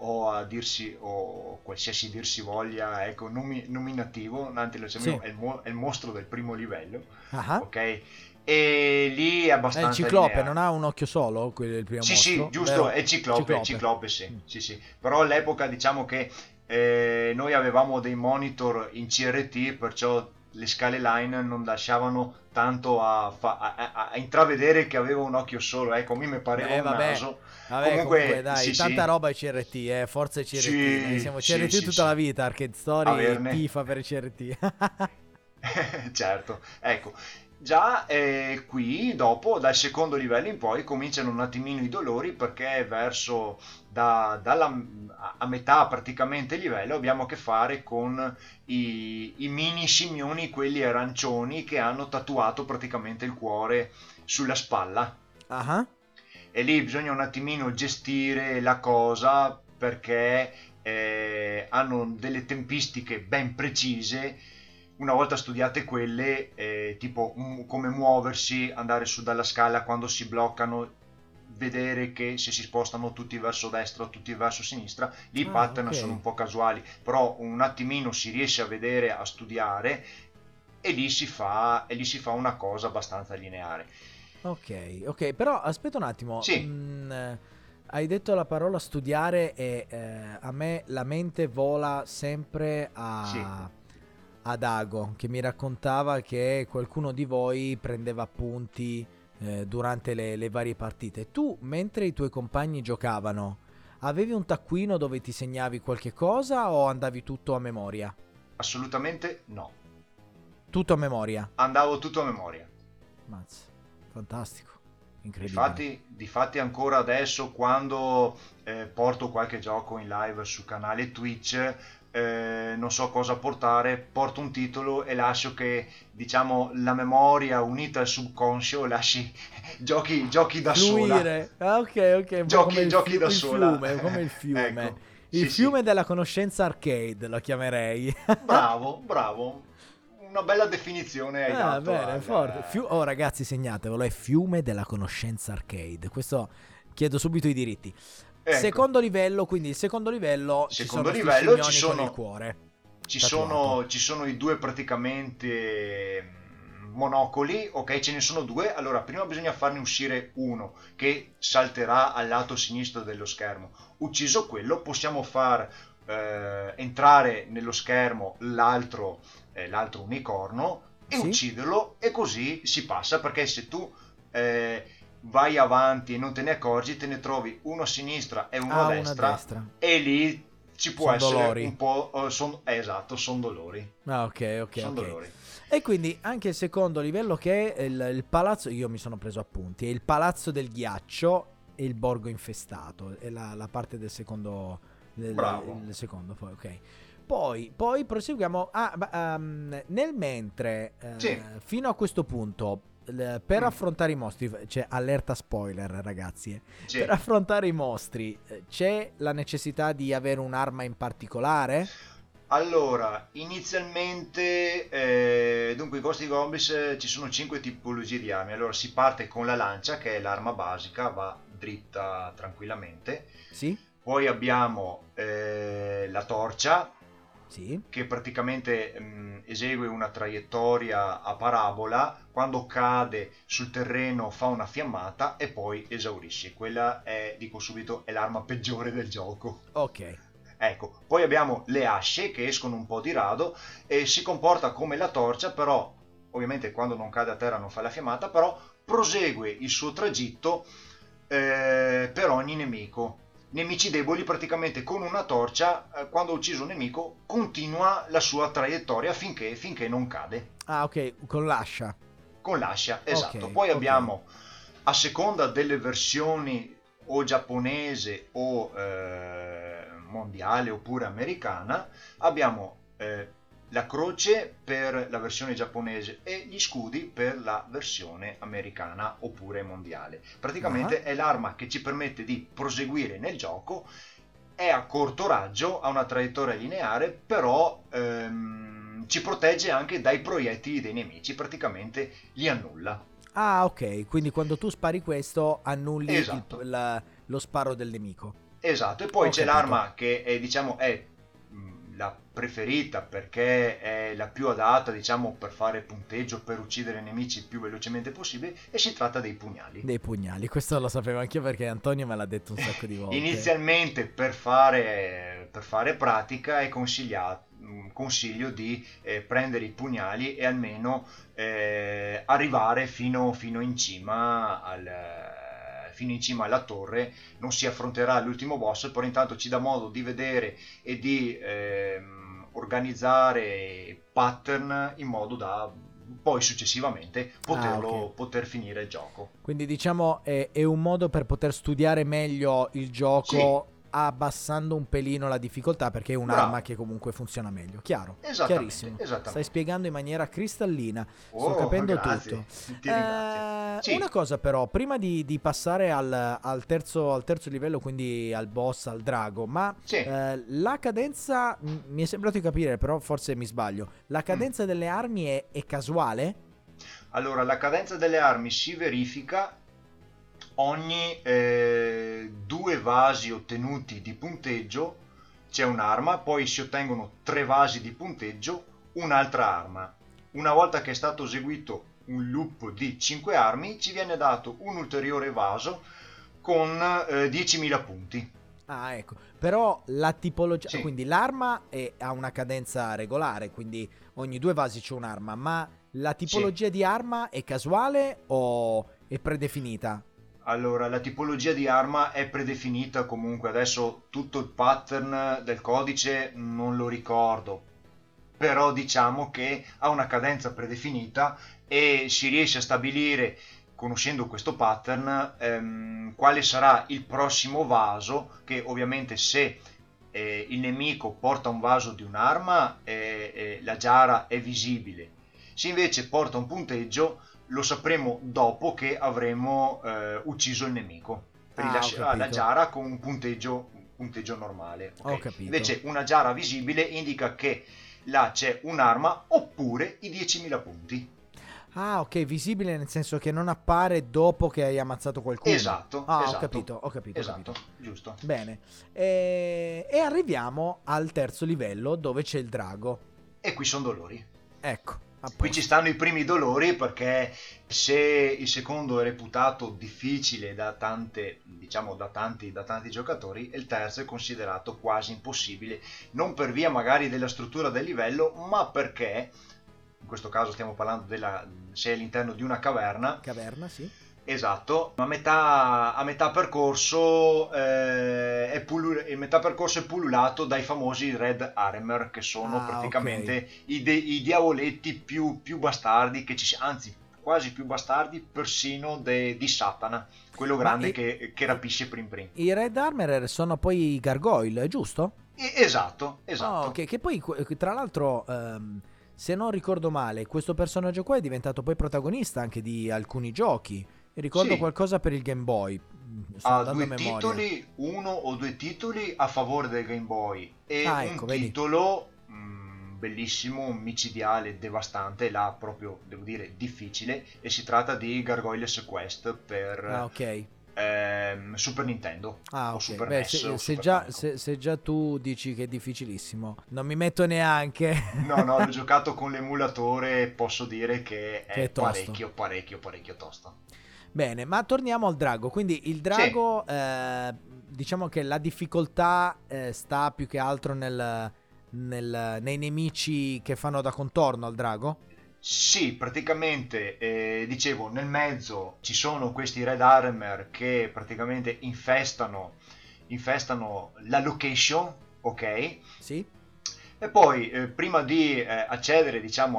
o qualsiasi dir si voglia, ecco, nominativo, anzi lo Sì. chiamiamo, è il mostro del primo livello, Ah. ok? E lì è È il abbastanza ciclope, non lineare. ha un occhio solo, quello è il primo Sì, sì, mostro, giusto, vero? è Ciclope. Ciclope sì, Mm. sì, sì. Però all'epoca diciamo che noi avevamo dei monitor in CRT, perciò le scale line non lasciavano tanto a intravedere che aveva un occhio solo, ecco, a me mi pareva un Vabbè. naso. Vabbè, comunque Comunque, dai, sì, tanta sì, roba è CRT, forza è CRT. Noi sì, siamo sì, CRT sì, tutta la sì, vita, Arcade Story averne. tifa per CRT. Certo, ecco, già qui dopo dal secondo livello in poi cominciano un attimino i dolori perché verso a metà praticamente livello abbiamo a che fare con i mini scimmioni, quelli arancioni che hanno tatuato praticamente il cuore sulla spalla Ah. e lì bisogna un attimino gestire la cosa perché hanno delle tempistiche ben precise. Una volta studiate quelle, tipo come muoversi, andare su dalla scala quando si bloccano, vedere che se si spostano tutti verso destra o tutti verso sinistra, lì i Ah, pattern sono ok. un po' casuali, però un attimino si riesce a vedere, a studiare e lì si fa una cosa abbastanza lineare. Ok, ok, però aspetta un attimo. Sì, Hai detto la parola studiare e a me la mente vola sempre sì. ad Ago, che mi raccontava che qualcuno di voi prendeva appunti durante le varie partite. Tu, mentre i tuoi compagni giocavano, avevi un taccuino dove ti segnavi qualche cosa o andavi tutto a memoria? Assolutamente no. Tutto a memoria. Andavo tutto a memoria. Mazza, fantastico, incredibile. Difatti ancora adesso quando porto qualche gioco in live su canale Twitch, non so cosa portare, porto un titolo e lascio che, diciamo, la memoria unita al subconscio lasci giochi da sola. Fluire. Ah, ok, un po' come Giochi da il sola. fiume, come il fiume. Ecco, Il sì, sì. fiume della conoscenza arcade, lo chiamerei. Bravo, bravo. Una bella definizione hai Ah, dato bene, forte. Oh, ragazzi, segnatevelo, è fiume della conoscenza arcade. Questo chiedo subito i diritti. Ecco. Secondo livello, quindi il secondo livello ci Secondo sono sti livello scimmioni con il cuore tatuato. ci sono i due praticamente monocoli, ok, ce ne sono due. Allora, prima bisogna farne uscire uno che salterà al lato sinistro dello schermo. Ucciso quello, possiamo far entrare nello schermo l'altro unicorno e Sì? ucciderlo, e così si passa, perché se tu vai avanti e non te ne accorgi, te ne trovi uno a sinistra e uno a Ah, una a destra, destra. e lì ci può Sono essere dolori. un po', esatto, sono dolori. Ah, ok, Sono ok. dolori. E quindi anche il secondo livello, che è il palazzo, io mi sono preso appunti, è il palazzo del ghiaccio e il borgo infestato, è la parte del secondo, Bravo. il secondo, poi ok. Poi proseguiamo, nel mentre, Sì. fino a questo punto, per Mm, affrontare i mostri, cioè allerta spoiler ragazzi, per sì. affrontare i mostri c'è la necessità di avere un'arma in particolare? Allora, inizialmente, dunque, i Ghost Goblins, ci sono 5 tipologie di armi. Allora, si parte con la lancia, che è l'arma basica, va dritta tranquillamente. Sì? Poi abbiamo la torcia, Sì? che praticamente esegue una traiettoria a parabola. Quando cade sul terreno fa una fiammata e poi esaurisce. Quella è, dico subito, è l'arma peggiore del gioco. Ok. Ecco, poi abbiamo le asce che escono un po' di rado e si comporta come la torcia, però ovviamente quando non cade a terra non fa la fiammata, però prosegue il suo tragitto per ogni nemico. Nemici deboli, praticamente con una torcia, quando ha ucciso un nemico, continua la sua traiettoria finché non cade. Ah, ok, con l'ascia. Con l'ascia, Ok, esatto. Poi ok. abbiamo, a seconda delle versioni o giapponese o mondiale oppure americana, abbiamo la croce per la versione giapponese e gli scudi per la versione americana oppure mondiale. Ah, Praticamente è l'arma che ci permette di proseguire nel gioco, è a corto raggio, ha una traiettoria lineare, però ci protegge anche dai proiettili dei nemici, praticamente li annulla. ah, ok, quindi quando tu spari questo annulli Esatto. lo sparo del nemico. Esatto, e poi Ho c'è capito. l'arma che è, diciamo, è la preferita perché è la più adatta, diciamo, per fare punteggio, per uccidere i nemici il più velocemente possibile, e si tratta dei pugnali. Dei pugnali, questo lo sapevo anch'io perché Antonio me l'ha detto un sacco di volte. Inizialmente per fare pratica è consiglio di prendere i pugnali e almeno arrivare fino in cima alla torre. Non si affronterà l'ultimo boss, però intanto ci dà modo di vedere e di organizzare pattern in modo da poi successivamente Ah, ok. poter finire il gioco. Quindi diciamo è un modo per poter studiare meglio il Sì, gioco abbassando un pelino la difficoltà perché è un'arma bravo. che comunque funziona meglio. Chiaro, Esattamente, chiarissimo. Stai esattamente. spiegando in maniera cristallina, sto Oh, capendo grazie, tutto. ti ringrazio. Una Sì. cosa però, prima di passare al terzo livello, quindi al boss, al drago, ma Sì. la cadenza, mi è sembrato di capire, però forse mi sbaglio, la Mm. cadenza delle armi è casuale? Allora, la cadenza delle armi si verifica ogni due vasi ottenuti di punteggio. C'è un'arma, poi si ottengono tre vasi di punteggio, un'altra arma. Una volta che è stato eseguito un loop di 5 armi, ci viene dato un ulteriore vaso con 10.000 punti. Ah, ecco. Però la tipologia, Sì, quindi l'arma ha una cadenza regolare, quindi ogni due vasi c'è un'arma, ma la sì. tipologia di arma è casuale o è predefinita? Allora, la tipologia di arma è predefinita comunque, adesso tutto il pattern del codice non lo ricordo, però diciamo che ha una cadenza predefinita e si riesce a stabilire, conoscendo questo pattern, quale sarà il prossimo vaso, che ovviamente se il nemico porta un vaso di un'arma, la giara è visibile. Se invece porta un punteggio, lo sapremo dopo che avremo ucciso il nemico. Ah, ho Rilascerà la capito, giara con un punteggio normale. ho Ok? capito. Invece una giara visibile indica che là c'è un'arma oppure i 10.000 punti. Ah, ok, visibile nel senso che non appare dopo che hai ammazzato qualcuno. Esatto, Ah, ho esatto, capito, ho capito, ho esatto, capito. giusto. Bene. E arriviamo al terzo livello dove c'è il drago. E qui sono dolori. Ecco, a Qui ci posto. stanno i primi dolori perché se il secondo è reputato difficile da tante, diciamo da tanti giocatori, il terzo è considerato quasi impossibile, non per via magari della struttura del livello, ma perché, in questo caso stiamo parlando della, sei all'interno di una caverna. Caverna, sì. Esatto, a metà percorso, metà percorso è pullulato dai famosi Red Armor, che sono Ah, ok. praticamente i diavoletti più bastardi che ci siano, anzi quasi più bastardi persino di Satana, quello Ma grande che rapisce Prim Prim. i Red Armorer sono poi i Gargoyle, giusto? Esatto, Oh, esatto. che poi tra l'altro, se non ricordo male, questo personaggio qua è diventato poi protagonista anche di alcuni giochi. Ricordo Sì, qualcosa per il Game Boy. Sto ha andando a due memoria. titoli, uno o due titoli a favore del Game Boy e Ah, ecco, un vedi. titolo bellissimo, micidiale, devastante, là proprio, devo dire, difficile, e si tratta di Gargoyles Quest Ah, per ok. Super Nintendo Ah, o ok. Super Beh, NES o se Super già, Famicom. se già tu dici che è difficilissimo, non mi metto neanche. No, no, l'ho giocato con l'emulatore e posso dire che Che è è tosto. parecchio tosto. Bene, ma torniamo al drago. Quindi il Sì, drago, diciamo che la difficoltà sta più che altro nei nemici che fanno da contorno al drago? sì, praticamente, dicevo, nel mezzo ci sono questi Red Armor che praticamente infestano la location, ok? Sì? E poi, prima di accedere, diciamo,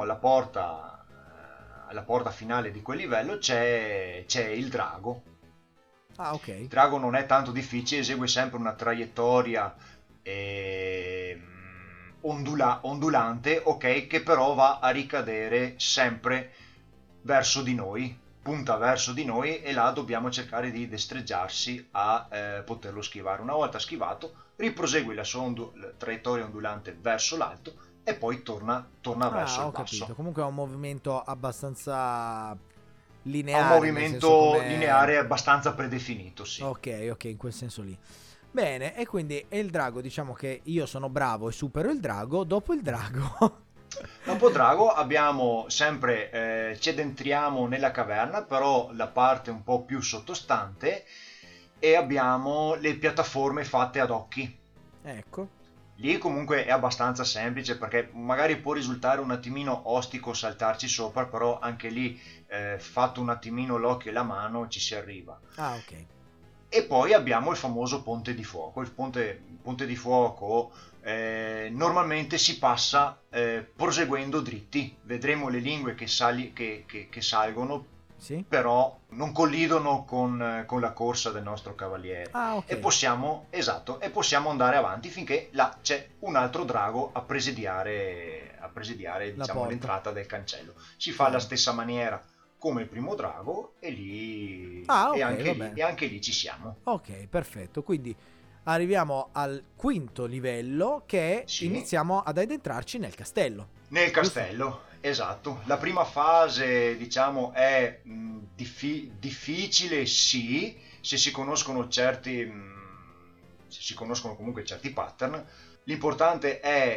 alla porta finale di quel livello, c'è il drago. Ah, ok. Il drago non è tanto difficile, esegue sempre una traiettoria ondulante, ok, che però va a ricadere sempre verso di noi, punta verso di noi e là dobbiamo cercare di destreggiarsi a poterlo schivare. Una volta schivato, riprosegue la sua traiettoria ondulante verso l'alto e poi torna verso Ah, il ho capito. basso. Comunque è un movimento abbastanza Ha un lineare, nel senso movimento come... lineare abbastanza predefinito, sì. Ok, ok, in quel senso lì. Bene, e quindi è il drago, diciamo che io sono bravo e supero il drago, dopo il drago... Dopo Drago abbiamo sempre, ci addentriamo nella caverna, però la parte un po' più sottostante, e abbiamo le piattaforme fatte ad occhi. Ecco, Lì comunque è abbastanza semplice perché magari può risultare un attimino ostico saltarci sopra, però anche lì fatto un attimino l'occhio e la mano ci si arriva. ah, ok. E poi abbiamo il famoso ponte di fuoco. Ponte di fuoco normalmente si passa proseguendo dritti. Vedremo le lingue che salgono, Sì? però non collidono con la corsa del nostro cavaliere. Ah, ok. Esatto, e possiamo andare avanti finché là c'è un altro drago a presidiare, La diciamo, porta. l'entrata del cancello. Si fa alla Chiaro. stessa maniera come il primo drago e lì Ah, ok, va bene. e anche lì ci siamo. Ok, perfetto. Quindi arriviamo al quinto livello che Sì, iniziamo ad addentrarci nel castello. nel Giusto? castello, esatto. La prima fase, diciamo, è difficile, sì, se si conoscono se si conoscono comunque certi pattern. L'importante è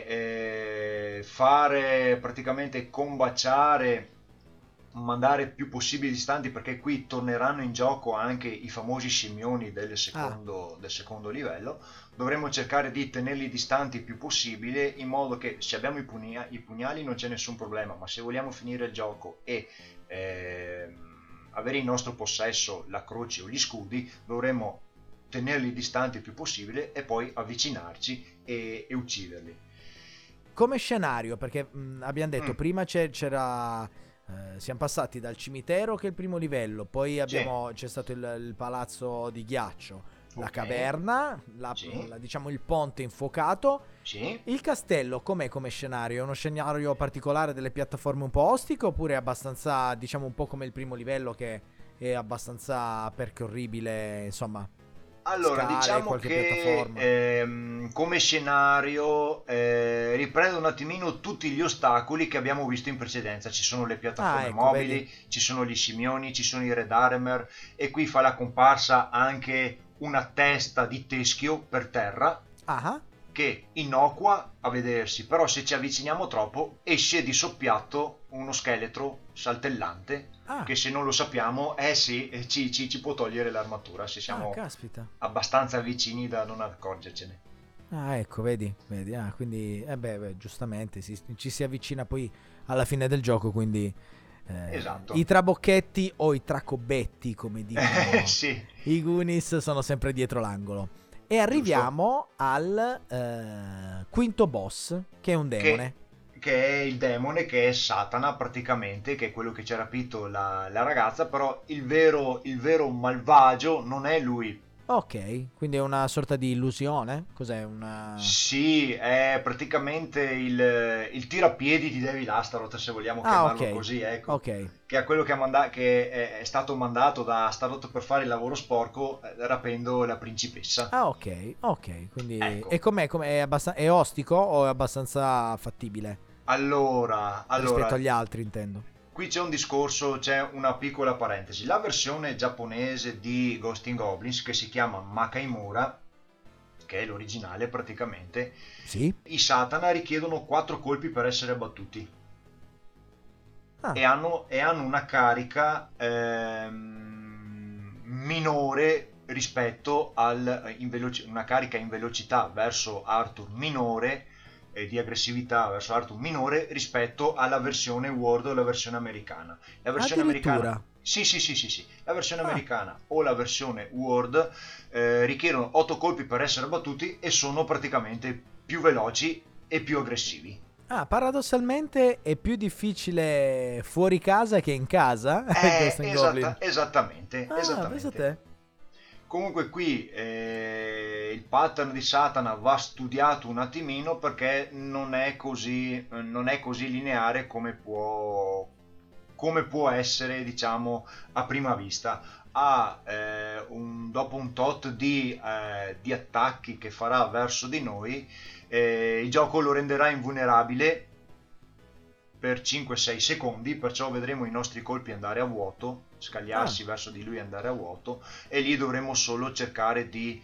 fare praticamente combaciare, mandare più possibili distanti, perché qui torneranno in gioco anche i famosi scimmioni Ah, del secondo livello. Dovremo cercare di tenerli distanti il più possibile, in modo che se abbiamo i pugnali non c'è nessun problema, ma se vogliamo finire il gioco e avere in nostro possesso la croce o gli scudi, dovremo tenerli distanti il più possibile e poi avvicinarci e ucciderli. come scenario, perché abbiamo detto prima c'era siamo passati dal cimitero, che è il primo livello, poi c'è stato il palazzo di ghiaccio, la caverna, diciamo il ponte infuocato, il castello. Com'è come scenario? È uno scenario particolare, delle piattaforme un po' ostiche, oppure è abbastanza, diciamo, un po' come il primo livello, che è abbastanza percorribile, insomma? Allora, Scale, diciamo qualche piattaforma. che come scenario riprende un attimino tutti gli ostacoli che abbiamo visto in precedenza. Ci sono le Ah, piattaforme ecco, vedi? mobili, ci sono gli scimioni, ci sono i Redaremer e qui fa la comparsa anche una testa di teschio per terra Ah, che innocua a vedersi, però se ci avviciniamo troppo esce di soppiatto uno scheletro saltellante che se non lo sappiamo, ci può togliere l'armatura se siamo caspita. abbastanza vicini da non accorgercene. Ah, ecco, vedi. Quindi, giustamente, ci si avvicina poi alla fine del gioco, quindi Esatto. i trabocchetti o i tracobetti, come dicono Sì. i Goonies, sono sempre dietro l'angolo. E arriviamo al quinto boss, che è un demone. Che è il demone, che è Satana praticamente, che è quello che ci ha rapito la ragazza, però il vero malvagio non è lui. Ok, quindi è una sorta di illusione? Cos'è? Sì, è praticamente il tirapiedi di David Astaroth, se vogliamo chiamarlo ok. così, ecco. Ok. Che è quello che è stato mandato da Astaroth per fare il lavoro sporco, rapendo la principessa. Ah, ok. Quindi Ecco. e com'è? È ostico o è abbastanza fattibile? Allora, Rispetto agli altri, intendo. qui c'è un discorso, c'è una piccola parentesi. La versione giapponese di Ghost in Goblins, che si chiama Makaimura, che è l'originale praticamente, Sì. i Satana richiedono 4 colpi per essere abbattuti. E hanno una carica minore rispetto una carica in velocità verso Arthur minore, di aggressività verso Arthur minore rispetto alla versione World o la versione americana. La versione americana, sì, la versione americana o la versione World richiedono 8 colpi per essere abbattuti e sono praticamente più veloci e più aggressivi. Paradossalmente è più difficile fuori casa che in casa. Esattamente. Te. Comunque qui il pattern di Satana va studiato un attimino, perché non è così lineare come può essere, diciamo, a prima vista. Dopo un tot di attacchi che farà verso di noi, il gioco lo renderà invulnerabile per 5-6 secondi, perciò vedremo i nostri colpi andare a vuoto, scagliarsi verso di lui e andare a vuoto, e lì dovremo solo cercare di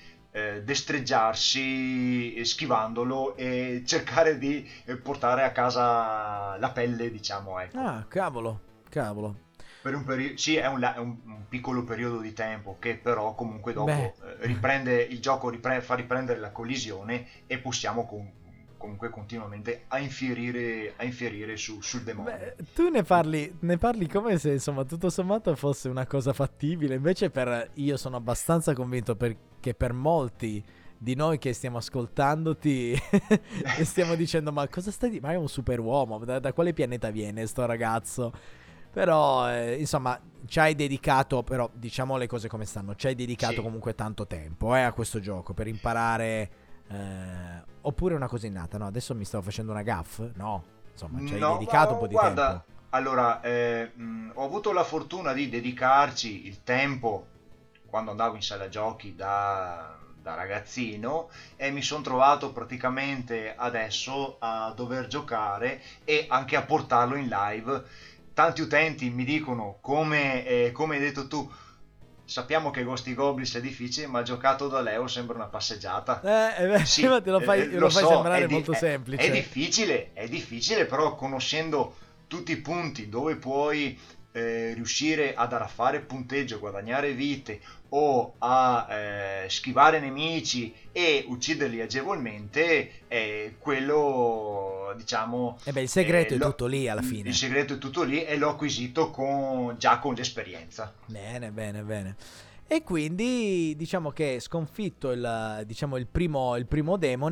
destreggiarsi schivandolo e cercare di portare a casa la pelle, diciamo, ecco. Cavolo. Per un periodo, sì, è un piccolo periodo di tempo, che però comunque dopo riprende il gioco, fa riprendere la collisione e possiamo comunque continuamente a infierire sul demonio. Tu ne parli come se, insomma, tutto sommato fosse una cosa fattibile. Invece io sono abbastanza convinto che per molti di noi che stiamo ascoltandoti e stiamo dicendo: ma cosa stai dicendo? Ma è un superuomo, da quale pianeta viene sto ragazzo? Però insomma ci hai dedicato, però diciamo le cose come stanno, ci hai dedicato comunque tanto tempo a questo gioco per imparare, oppure una cosa innata? No, adesso mi stavo facendo una gaffe? No, insomma ci hai dedicato un po' di tempo. Allora, ho avuto la fortuna di dedicarci il tempo quando andavo in sala giochi da ragazzino, e mi sono trovato praticamente adesso a dover giocare e anche a portarlo in live. Tanti utenti mi dicono, come hai detto tu, sappiamo che Ghost in Goblins è difficile, ma giocato da Leo sembra una passeggiata. Sì, te lo fai sembrare molto semplice. È difficile, però conoscendo tutti i punti dove puoi riuscire a fare punteggio, guadagnare vite o a schivare nemici e ucciderli agevolmente, quello, diciamo, il segreto è tutto lì alla fine. Il segreto è tutto lì e l'ho acquisito già con l'esperienza. Bene. E quindi diciamo che sconfitto il primo demone,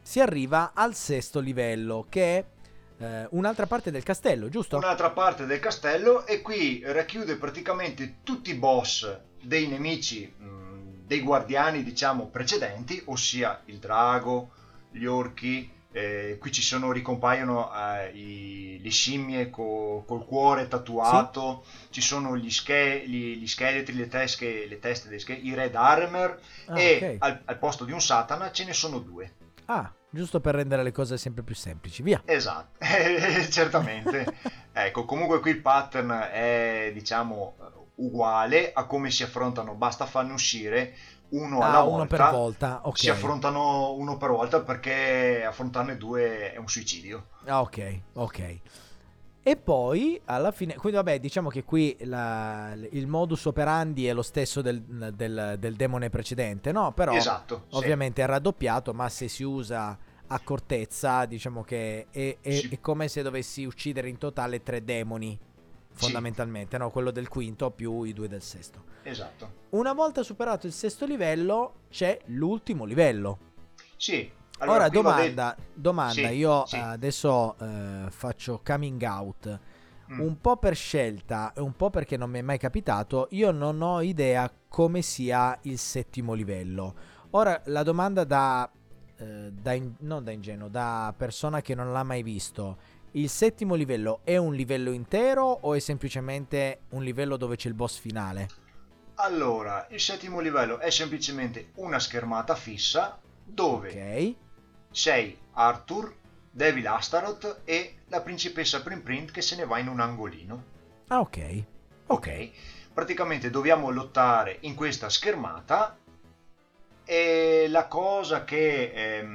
si arriva al sesto livello, che è un'altra parte del castello, giusto? Un'altra parte del castello, e qui racchiude praticamente tutti i boss dei nemici, dei guardiani diciamo precedenti, ossia il drago, gli orchi, qui ricompaiono le scimmie col cuore Sì? tatuato, ci sono gli scheletri, le teste dei scheletri, i Red Armor, Ah, e ok. al posto di un Satana ce ne sono due. Ah, giusto per rendere le cose sempre più semplici, via. Esatto, certamente. Ecco, comunque qui il pattern è, diciamo, uguale a come si affrontano, basta farne uscire uno alla Ah, uno per volta, volta, si ok. affrontano uno per volta perché affrontarne due è un suicidio. Ah, ok, ok. E poi alla fine, quindi vabbè, diciamo che qui il modus operandi è lo stesso del demone precedente, no? Però Esatto, sì. ovviamente è raddoppiato, ma se si usa accortezza, diciamo che è Sì, come se dovessi uccidere in totale 3 demoni, sì, fondamentalmente, no? Quello del quinto più i 2 del sesto. esatto. Una volta superato il sesto livello, c'è l'ultimo livello. Sì, allora Ora qui va detto... domanda, Sì, io sì. adesso faccio coming out, Mm. un po' per scelta e un po' perché non mi è mai capitato, io non ho idea come sia il settimo livello. Ora la domanda non da ingenuo, da persona che non l'ha mai visto, il settimo livello è un livello intero o è semplicemente un livello dove c'è il boss finale? Allora, il settimo livello è semplicemente una schermata fissa Ok, dove sei Arthur, Devil Astaroth e la principessa Primprint che se ne va in un angolino. ah ok, ok, Ok? Praticamente dobbiamo lottare in questa schermata, e la cosa che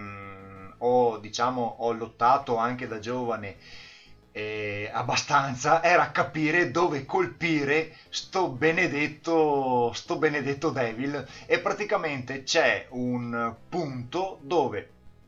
ho lottato anche da giovane abbastanza era capire dove colpire sto benedetto Devil, e praticamente c'è un punto dove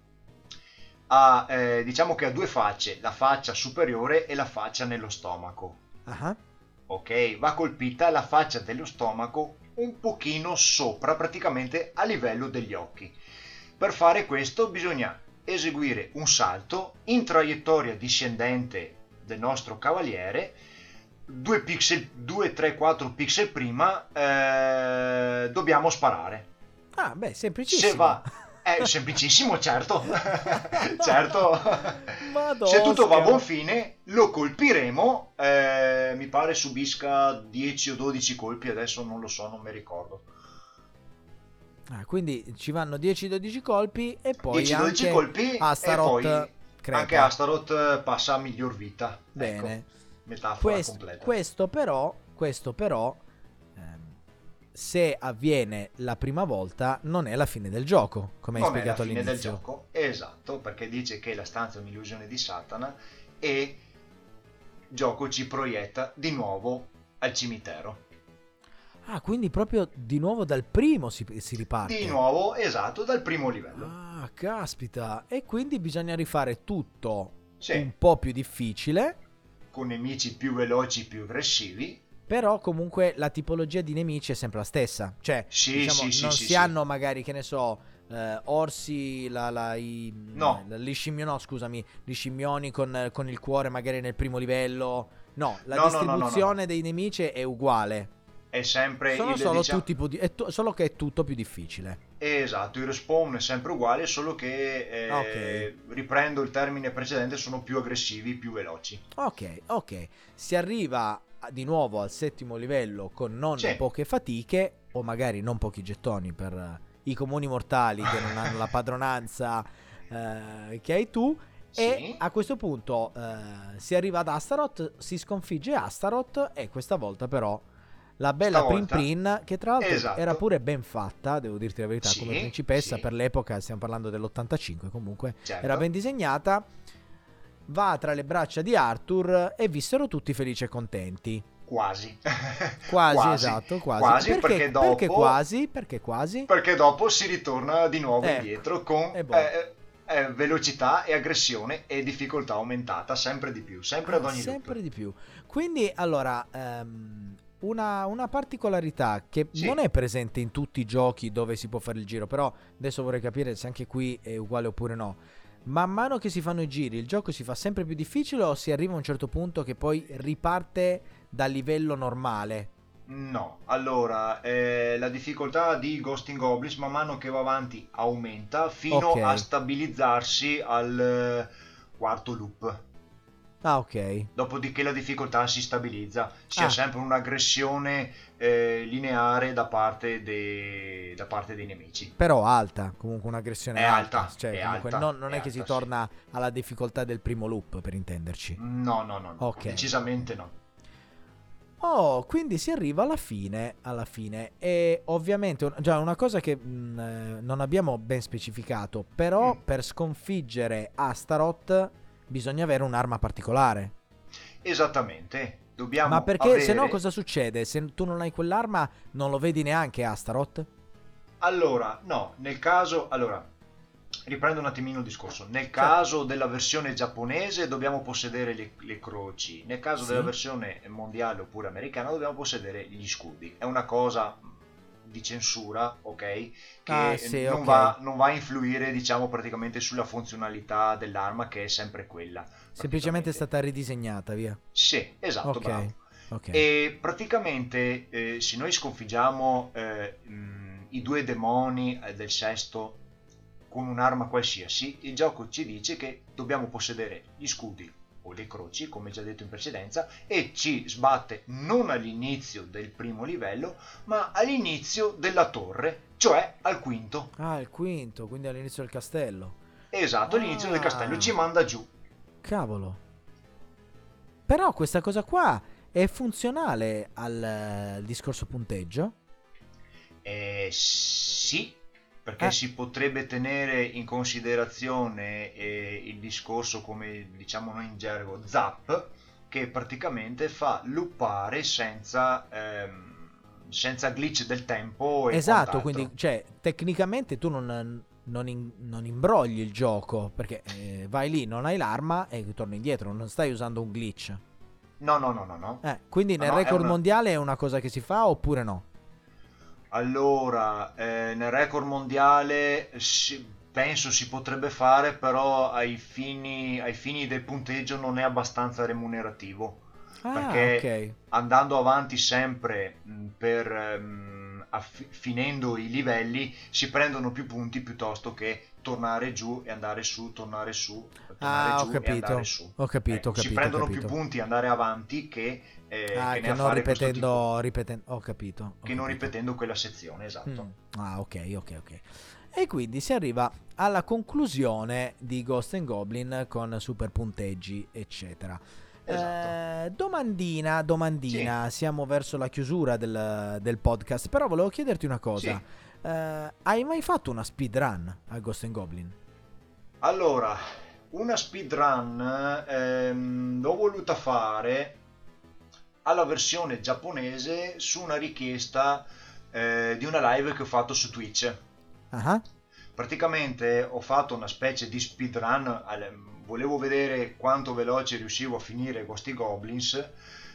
diciamo che ha due facce, la faccia superiore e la faccia nello stomaco. ah, Ok, va colpita la faccia dello stomaco un pochino sopra, praticamente a livello degli occhi. Per fare questo bisogna eseguire un salto in traiettoria discendente del nostro cavaliere, 2 pixel, 2, 3, 4 pixel prima dobbiamo sparare. ah beh, Se semplicissimo. va, è semplicissimo, certo, certo. Se tutto va a buon Madosca. fine, lo colpiremo. Mi pare subisca 10 o 12 colpi, adesso non lo so, non mi ricordo. Ah, quindi ci vanno 10-12 colpi e poi 10-12 anche colpi e Astaroth poi anche crepa. Astaroth passa a miglior vita. Ecco, Bene. metafora completa. Questo però, se avviene la prima volta, non è la fine del gioco, come hai Non è la spiegato fine del all'inizio. gioco, esatto, perché dice che la stanza è un'illusione di Satana e il gioco ci proietta di nuovo al cimitero. Ah, quindi proprio di nuovo dal primo si Di riparte. nuovo, esatto, dal primo livello. Ah, caspita. E quindi bisogna rifare tutto Sì, un po' più difficile. con nemici più veloci, più aggressivi. Però comunque la tipologia di nemici è sempre la stessa. Cioè, Sì, diciamo, sì, sì, non sì, si sì. hanno magari, che ne so, orsi, No, no, scusami, gli scimmioni con il cuore magari nel primo livello. No, la no, no, no, no, no, no. distribuzione dei nemici è uguale. È sempre Sono il, solo diciamo, tutti solo che è tutto più difficile. esatto, il respawn è sempre uguale, solo che Ok. riprendo il termine precedente, sono più aggressivi, più veloci. Ok. Si arriva di nuovo al settimo livello con non Sì. poche fatiche, o magari non pochi gettoni per i comuni mortali che non hanno la padronanza che hai tu. E Sì, a questo punto si arriva ad Astaroth, si sconfigge Astaroth e questa volta però la bella Prin stavolta, Prin, che tra l'altro era esatto. pure ben fatta, devo dirti la verità, come Sì, principessa sì, per l'epoca, stiamo parlando dell'85 comunque, era ben certo. disegnata, va tra le braccia di Arthur e vissero tutti felici e contenti. Quasi. Quasi, Quasi, esatto, quasi. quasi perché Perché dopo quasi? Perché quasi? perché dopo si ritorna di nuovo Ecco, indietro con e boh. velocità e aggressione e difficoltà aumentata sempre di più, sempre ad ogni loop. Sempre di più. Quindi, allora, una particolarità che non Sì. è presente in tutti i giochi dove si può fare il giro, però adesso vorrei capire se anche qui è uguale oppure no. Man mano che si fanno i giri, il gioco si fa sempre più difficile o si arriva a un certo punto che poi riparte dal livello normale? No, allora, la difficoltà di Ghosting Goblins man mano che va avanti aumenta Ok. fino a stabilizzarsi al quarto loop. Ah, ok. Dopodiché la difficoltà si stabilizza, si ha Ah, sempre un'aggressione lineare da parte dei nemici. però alta, comunque un'aggressione alta, cioè È comunque alta, non è è che si alta, sì. torna alla difficoltà del primo loop, per intenderci. No, no, no, no, Ok. decisamente no. Oh, quindi si arriva alla fine e ovviamente già una cosa che non abbiamo ben specificato, però Mm. per sconfiggere Astaroth bisogna avere un'arma particolare. Esattamente, Ma dobbiamo perché se no avere. cosa succede? Se tu non hai quell'arma non lo vedi neanche Astaroth? Allora, no, nel caso, allora, riprendo un attimino il discorso. Nel Certo. caso della versione giapponese dobbiamo possedere le croci, nel caso della Sì? versione mondiale oppure americana dobbiamo possedere gli scudi. È una cosa di censura, ok? Ah, Che sì, non ok. va, non va a influire, diciamo, praticamente sulla funzionalità dell'arma, che è sempre quella, Semplicemente è praticamente. stata ridisegnata, via. Sì, esatto, Ok, bravo. ok. E praticamente se noi sconfiggiamo i due demoni del sesto con un'arma qualsiasi, il gioco ci dice che dobbiamo possedere gli scudi o le croci, come già detto in precedenza, e ci sbatte non all'inizio del primo livello, ma all'inizio della torre, cioè al quinto. Ah, il quinto, quindi all'inizio del castello. Esatto, all'inizio del castello ci Ah, manda giù. cavolo. Però questa cosa qua è funzionale al discorso punteggio? Sì, perché Eh, si potrebbe tenere in considerazione il discorso, come diciamo noi in gergo, zap, che praticamente fa loopare senza glitch del tempo e esatto, quindi quant'altro. cioè, tecnicamente tu non imbrogli il gioco, perché vai lì, non hai l'arma e torni indietro, non stai usando un glitch. No, no, no, no, no. Quindi No, nel no, è record una. mondiale è una cosa che si fa oppure no? Allora, nel record mondiale penso si potrebbe fare, però ai fini del punteggio non è abbastanza remunerativo, Ah, perché ok. andando avanti sempre finendo i livelli si prendono più punti piuttosto che tornare giù e andare su, tornare su, tornare Ah, ho giù e andare capito. su. Ho capito, ho Ecco, si capito, ho prendono più capito. punti andare avanti Ah, che ne che a non fare questo tipo, ripetendo. Ho capito, ho che non capito. ripetendo quella sezione, Mm. esatto. Ah, ok, ok, ok. E quindi si arriva alla conclusione di Ghost and Goblin con super punteggi, eccetera. Esatto. Sì, Domandina, siamo verso la chiusura del podcast, però volevo chiederti una cosa. sì. Hai mai fatto una speedrun a Ghost and Goblin? Allora, una speedrun l'ho voluta fare alla versione giapponese su una richiesta di una live che ho fatto su Twitch. Ah, Praticamente ho fatto una specie di speedrun, volevo vedere quanto veloce riuscivo a finire questi Goblins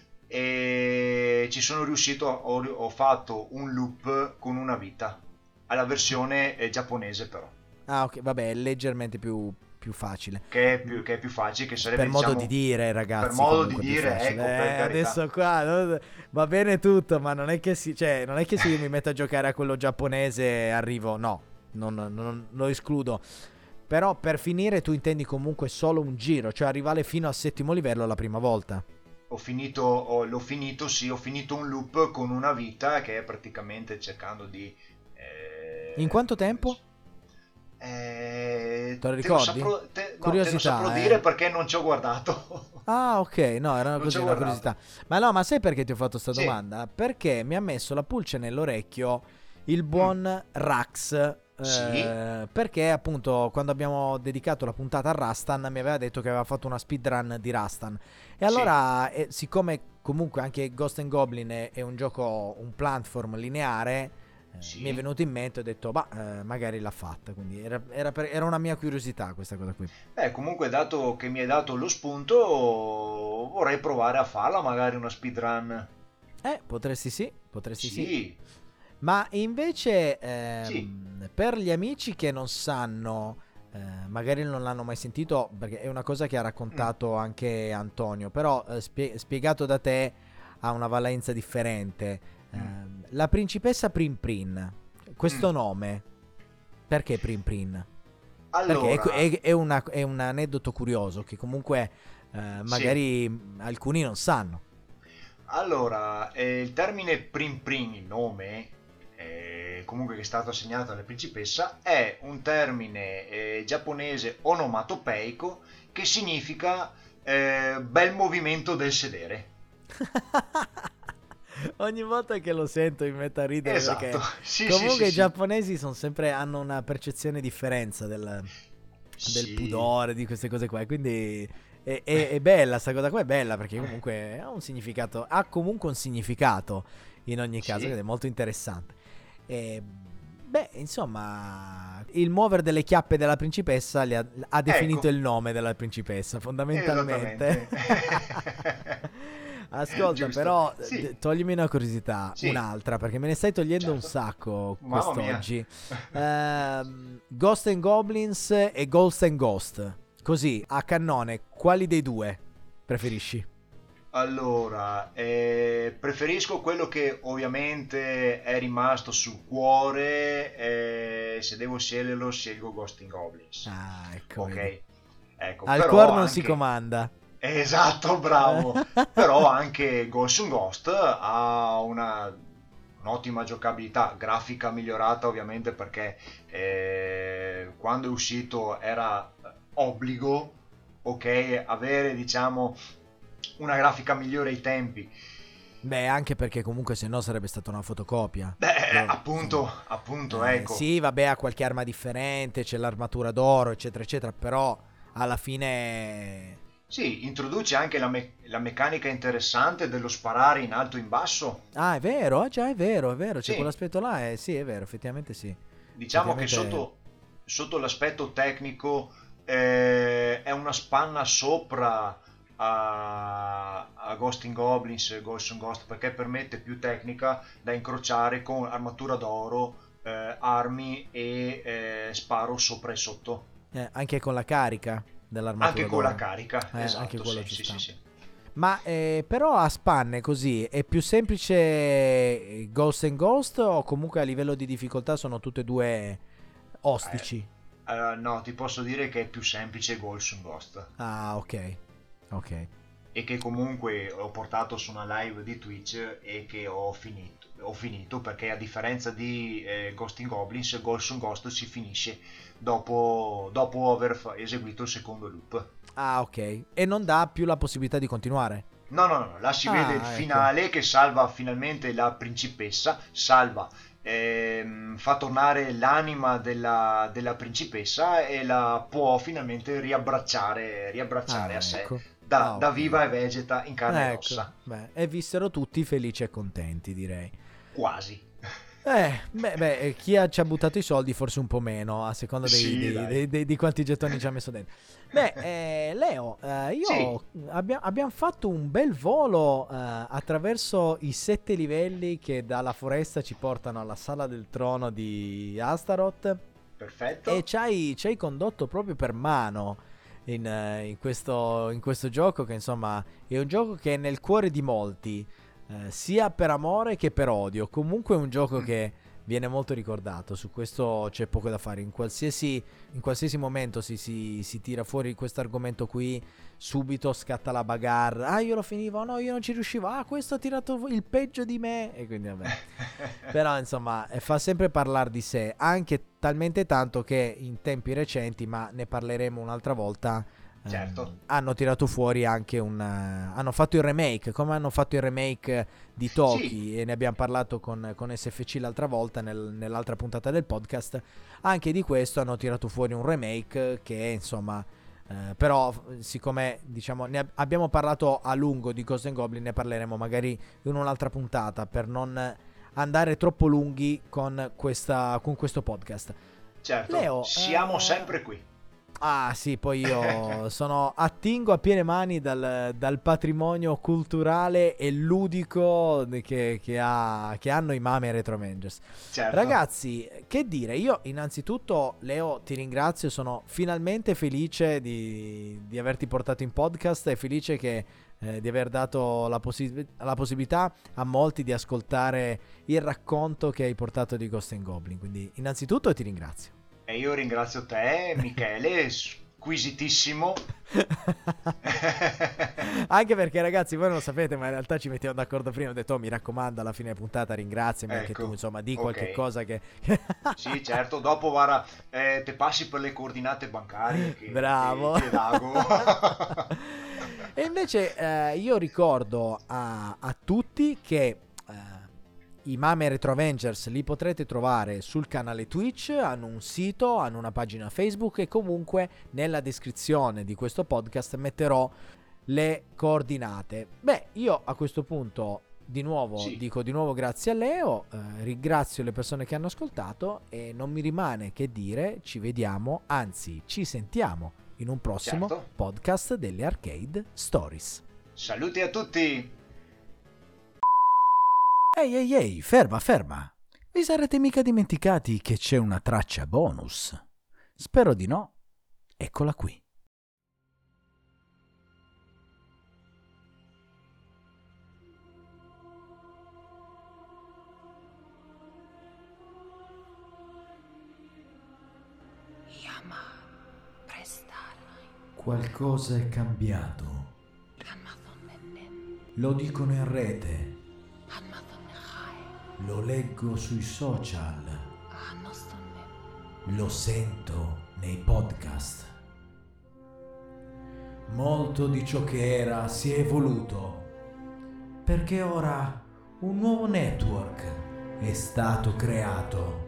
e ci sono riuscito, ho fatto un loop con una vita, alla versione giapponese però, ok, vabbè, è leggermente più facile. che è più facile, che sarebbe Per modo di diciamo, dire, per ragazzi, modo di comunque è più dire, ecco, per facile. carità. Adesso qua va bene tutto, ma non è che cioè, non è che se io mi metto a giocare a quello giapponese arrivo, no, non lo escludo. Però per finire tu intendi comunque solo un giro, cioè arrivare fino al settimo livello la prima volta. L'ho finito, sì, ho finito un loop con una vita che è praticamente cercando di. In quanto tempo? Te lo Te lo ricordi? saprò, no, te lo saprò Curiosità, dire perché non ci ho guardato. Ah, ok, no, era Non ci così ho una guardato. curiosità. Ma no, ma sai perché ti ho fatto sta Sì. domanda? Perché mi ha messo la pulce nell'orecchio il Mm. buon Rax. Sì. Perché appunto quando abbiamo dedicato la puntata a Rastan mi aveva detto che aveva fatto una speedrun di Rastan. E Sì. allora, siccome comunque anche Ghost and Goblin è un gioco, un platform lineare, mi è Sì. venuto in mente e ho detto, bah, magari l'ha fatta. Quindi era una mia curiosità questa cosa qui. Comunque, dato che mi hai dato lo spunto, vorrei provare a farla, magari una speedrun. Potresti sì. Sì, Ma invece sì. per gli amici che non sanno, magari non l'hanno mai sentito, perché è una cosa che ha Mm, raccontato anche Antonio, però spiegato da te ha una valenza differente. mm, La principessa Prin Prin, mm. questo nome, perché Prin Prin? Perché Allora, è un aneddoto curioso che comunque sì. magari alcuni non sanno. Allora, il termine Prin Prin, il nome, comunque che è stato assegnato alla principessa, è un termine giapponese onomatopeico che significa bel movimento del sedere. Ogni volta che lo sento mi metto a ridere Esatto, perché sì, sì, sì, comunque i sì. giapponesi hanno una percezione differenza del Sì, pudore, di queste cose qua. E quindi è bella, sta cosa qua è bella perché comunque ha un significato, ha comunque un significato in ogni caso, ed sì, è molto interessante. E, beh, insomma, il muovere delle chiappe della principessa ha definito ecco, il nome della principessa, fondamentalmente. esattamente. Ascolta, Giusto, però, sì, toglimi una curiosità, sì, un'altra, perché me ne stai togliendo un certo. sacco Mamma mia. quest'oggi. Ghost and Goblins e Ghost and Ghost. Così, a cannone, quali dei due preferisci? Allora, preferisco quello che ovviamente è rimasto sul cuore, se devo sceglierlo scelgo Ghost in Goblins. Ah, ecco, vedi. Ok, ecco, Al però cuore non si anche... comanda. Esatto, bravo. Però anche Ghost in Ghost ha un'ottima giocabilità, grafica migliorata ovviamente perché quando è uscito era obbligo, ok, avere diciamo una grafica migliore ai tempi. Beh, anche perché comunque se no sarebbe stata una fotocopia. Beh, Insomma. appunto, ecco. Sì, vabbè, ha qualche arma differente, c'è l'armatura d'oro, eccetera, eccetera, però alla fine... Sì, introduce anche la meccanica interessante dello sparare in alto e in basso. Ah, è vero, già è vero, c'è Sì, quell'aspetto là, sì, è vero, effettivamente sì. diciamo che Effettivamente... sotto l'aspetto tecnico è una spanna sopra a Ghost in Goblins, Ghost in Ghost, perché permette più tecnica da incrociare con armatura d'oro, armi e sparo sopra e sotto. anche con la carica Anche dell'armatura con la d'oro. carica, Anche esatto, quello sì, ci sì, sì, sta. sì. Ma però a spanne così è più semplice Ghost and Ghost o comunque a livello di difficoltà sono tutte e due Eh, ostici? no, ti posso dire che è più semplice Ghost in Ghost. Ah, ok. Ok. E che comunque ho portato su una live di Twitch e che ho finito perché a differenza di Ghost in Goblins, Ghost in Ghost si finisce dopo aver eseguito il secondo loop. Ah, ok. E non dà più la possibilità di continuare. No, no, no, là si vede il Ah, ecco. finale che salva finalmente la principessa, salva, fa tornare l'anima della principessa e la può finalmente riabbracciare a Ah, sé ecco. da, Ah, da ok. viva e vegeta in carne ed Ecco. ossa. Beh, e vissero tutti felici e contenti, direi. Quasi. Chi ci ha buttato i soldi forse un po' meno, a seconda Sì, dai. di quanti gettoni ci ha messo dentro. Beh, Leo, Sì, abbiamo fatto un bel volo attraverso i 7 livelli che dalla foresta ci portano alla sala del trono di Astaroth e perfetto. ci hai condotto proprio per mano in questo gioco che insomma è un gioco che è nel cuore di molti sia per amore che per odio. Comunque è un gioco Mm. che viene molto ricordato. Su questo c'è poco da fare. In qualsiasi momento si tira fuori questo argomento qui, subito scatta la bagarre. Ah, io lo finivo, no, io non ci riuscivo. Ah, questo ha tirato il peggio di me. E quindi vabbè. Però insomma fa sempre parlare di sé, anche talmente tanto che in tempi recenti, ma ne parleremo un'altra volta, Certo. hanno tirato fuori anche hanno fatto il remake, come hanno fatto il remake di Sì, Toki e ne abbiamo parlato con SFC l'altra volta nell'altra puntata del podcast, anche di questo hanno tirato fuori un remake che insomma però siccome diciamo abbiamo parlato a lungo di Ghost and Goblin, ne parleremo magari in un'altra puntata per non andare troppo lunghi con questo podcast. certo, Leo, siamo sempre qui. Ah sì, poi io attingo a piene mani dal patrimonio culturale e ludico che hanno i Mame Retro Avengers. Certo. Ragazzi, che dire, io innanzitutto Leo ti ringrazio, sono finalmente felice di averti portato in podcast e felice di aver dato la possibilità a molti di ascoltare il racconto che hai portato di Ghost and Goblin, quindi innanzitutto ti ringrazio. E io ringrazio te, Michele, squisitissimo. Anche perché ragazzi voi non lo sapete, ma in realtà ci mettiamo d'accordo prima. Ho detto mi raccomando, alla fine della puntata ringraziami anche tu, Ecco, insomma, di qualche ok. cosa che Sì, certo, dopo guarda, te passi per le coordinate bancarie che bravo. ti edago. E invece io ricordo a tutti che i Mame Retro Avengers li potrete trovare sul canale Twitch, hanno un sito, hanno una pagina Facebook e comunque nella descrizione di questo podcast metterò le coordinate. Beh, io a questo punto Sì, dico di nuovo grazie a Leo, ringrazio le persone che hanno ascoltato e non mi rimane che dire ci vediamo, anzi ci sentiamo in un prossimo certo. podcast delle Arcade Stories. Saluti a tutti. Ehi ehi ehi, ferma ferma! Vi sarete mica dimenticati che c'è una traccia bonus? Spero di no. Eccola qui. Qualcosa è cambiato. Lo dicono in rete. Lo leggo sui social. Lo sento nei podcast. Molto di ciò che era si è evoluto. Perché ora un nuovo network è stato creato.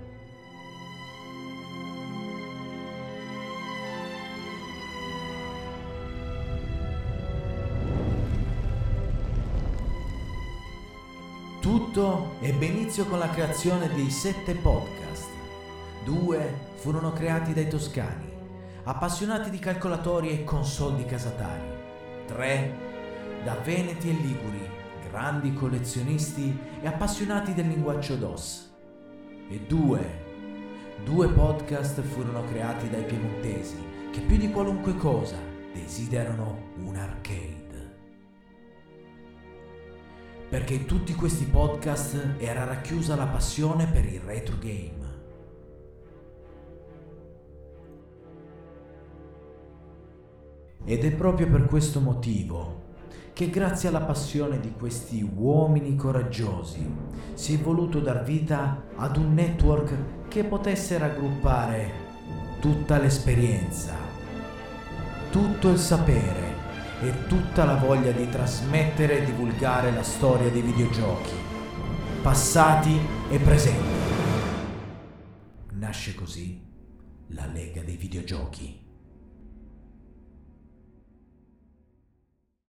Tutto ebbe inizio con la creazione dei 7 podcast. 2 furono creati dai toscani, appassionati di calcolatori e console di casatari. 3 da veneti e liguri, grandi collezionisti e appassionati del linguaggio DOS. E 2 podcast furono creati dai piemontesi che più di qualunque cosa desiderano un arcade. Perché in tutti questi podcast era racchiusa la passione per il retro game. Ed è proprio per questo motivo che grazie alla passione di questi uomini coraggiosi si è voluto dar vita ad un network che potesse raggruppare tutta l'esperienza, tutto il sapere e tutta la voglia di trasmettere e divulgare la storia dei videogiochi, passati e presenti. Nasce così la Lega dei Videogiochi.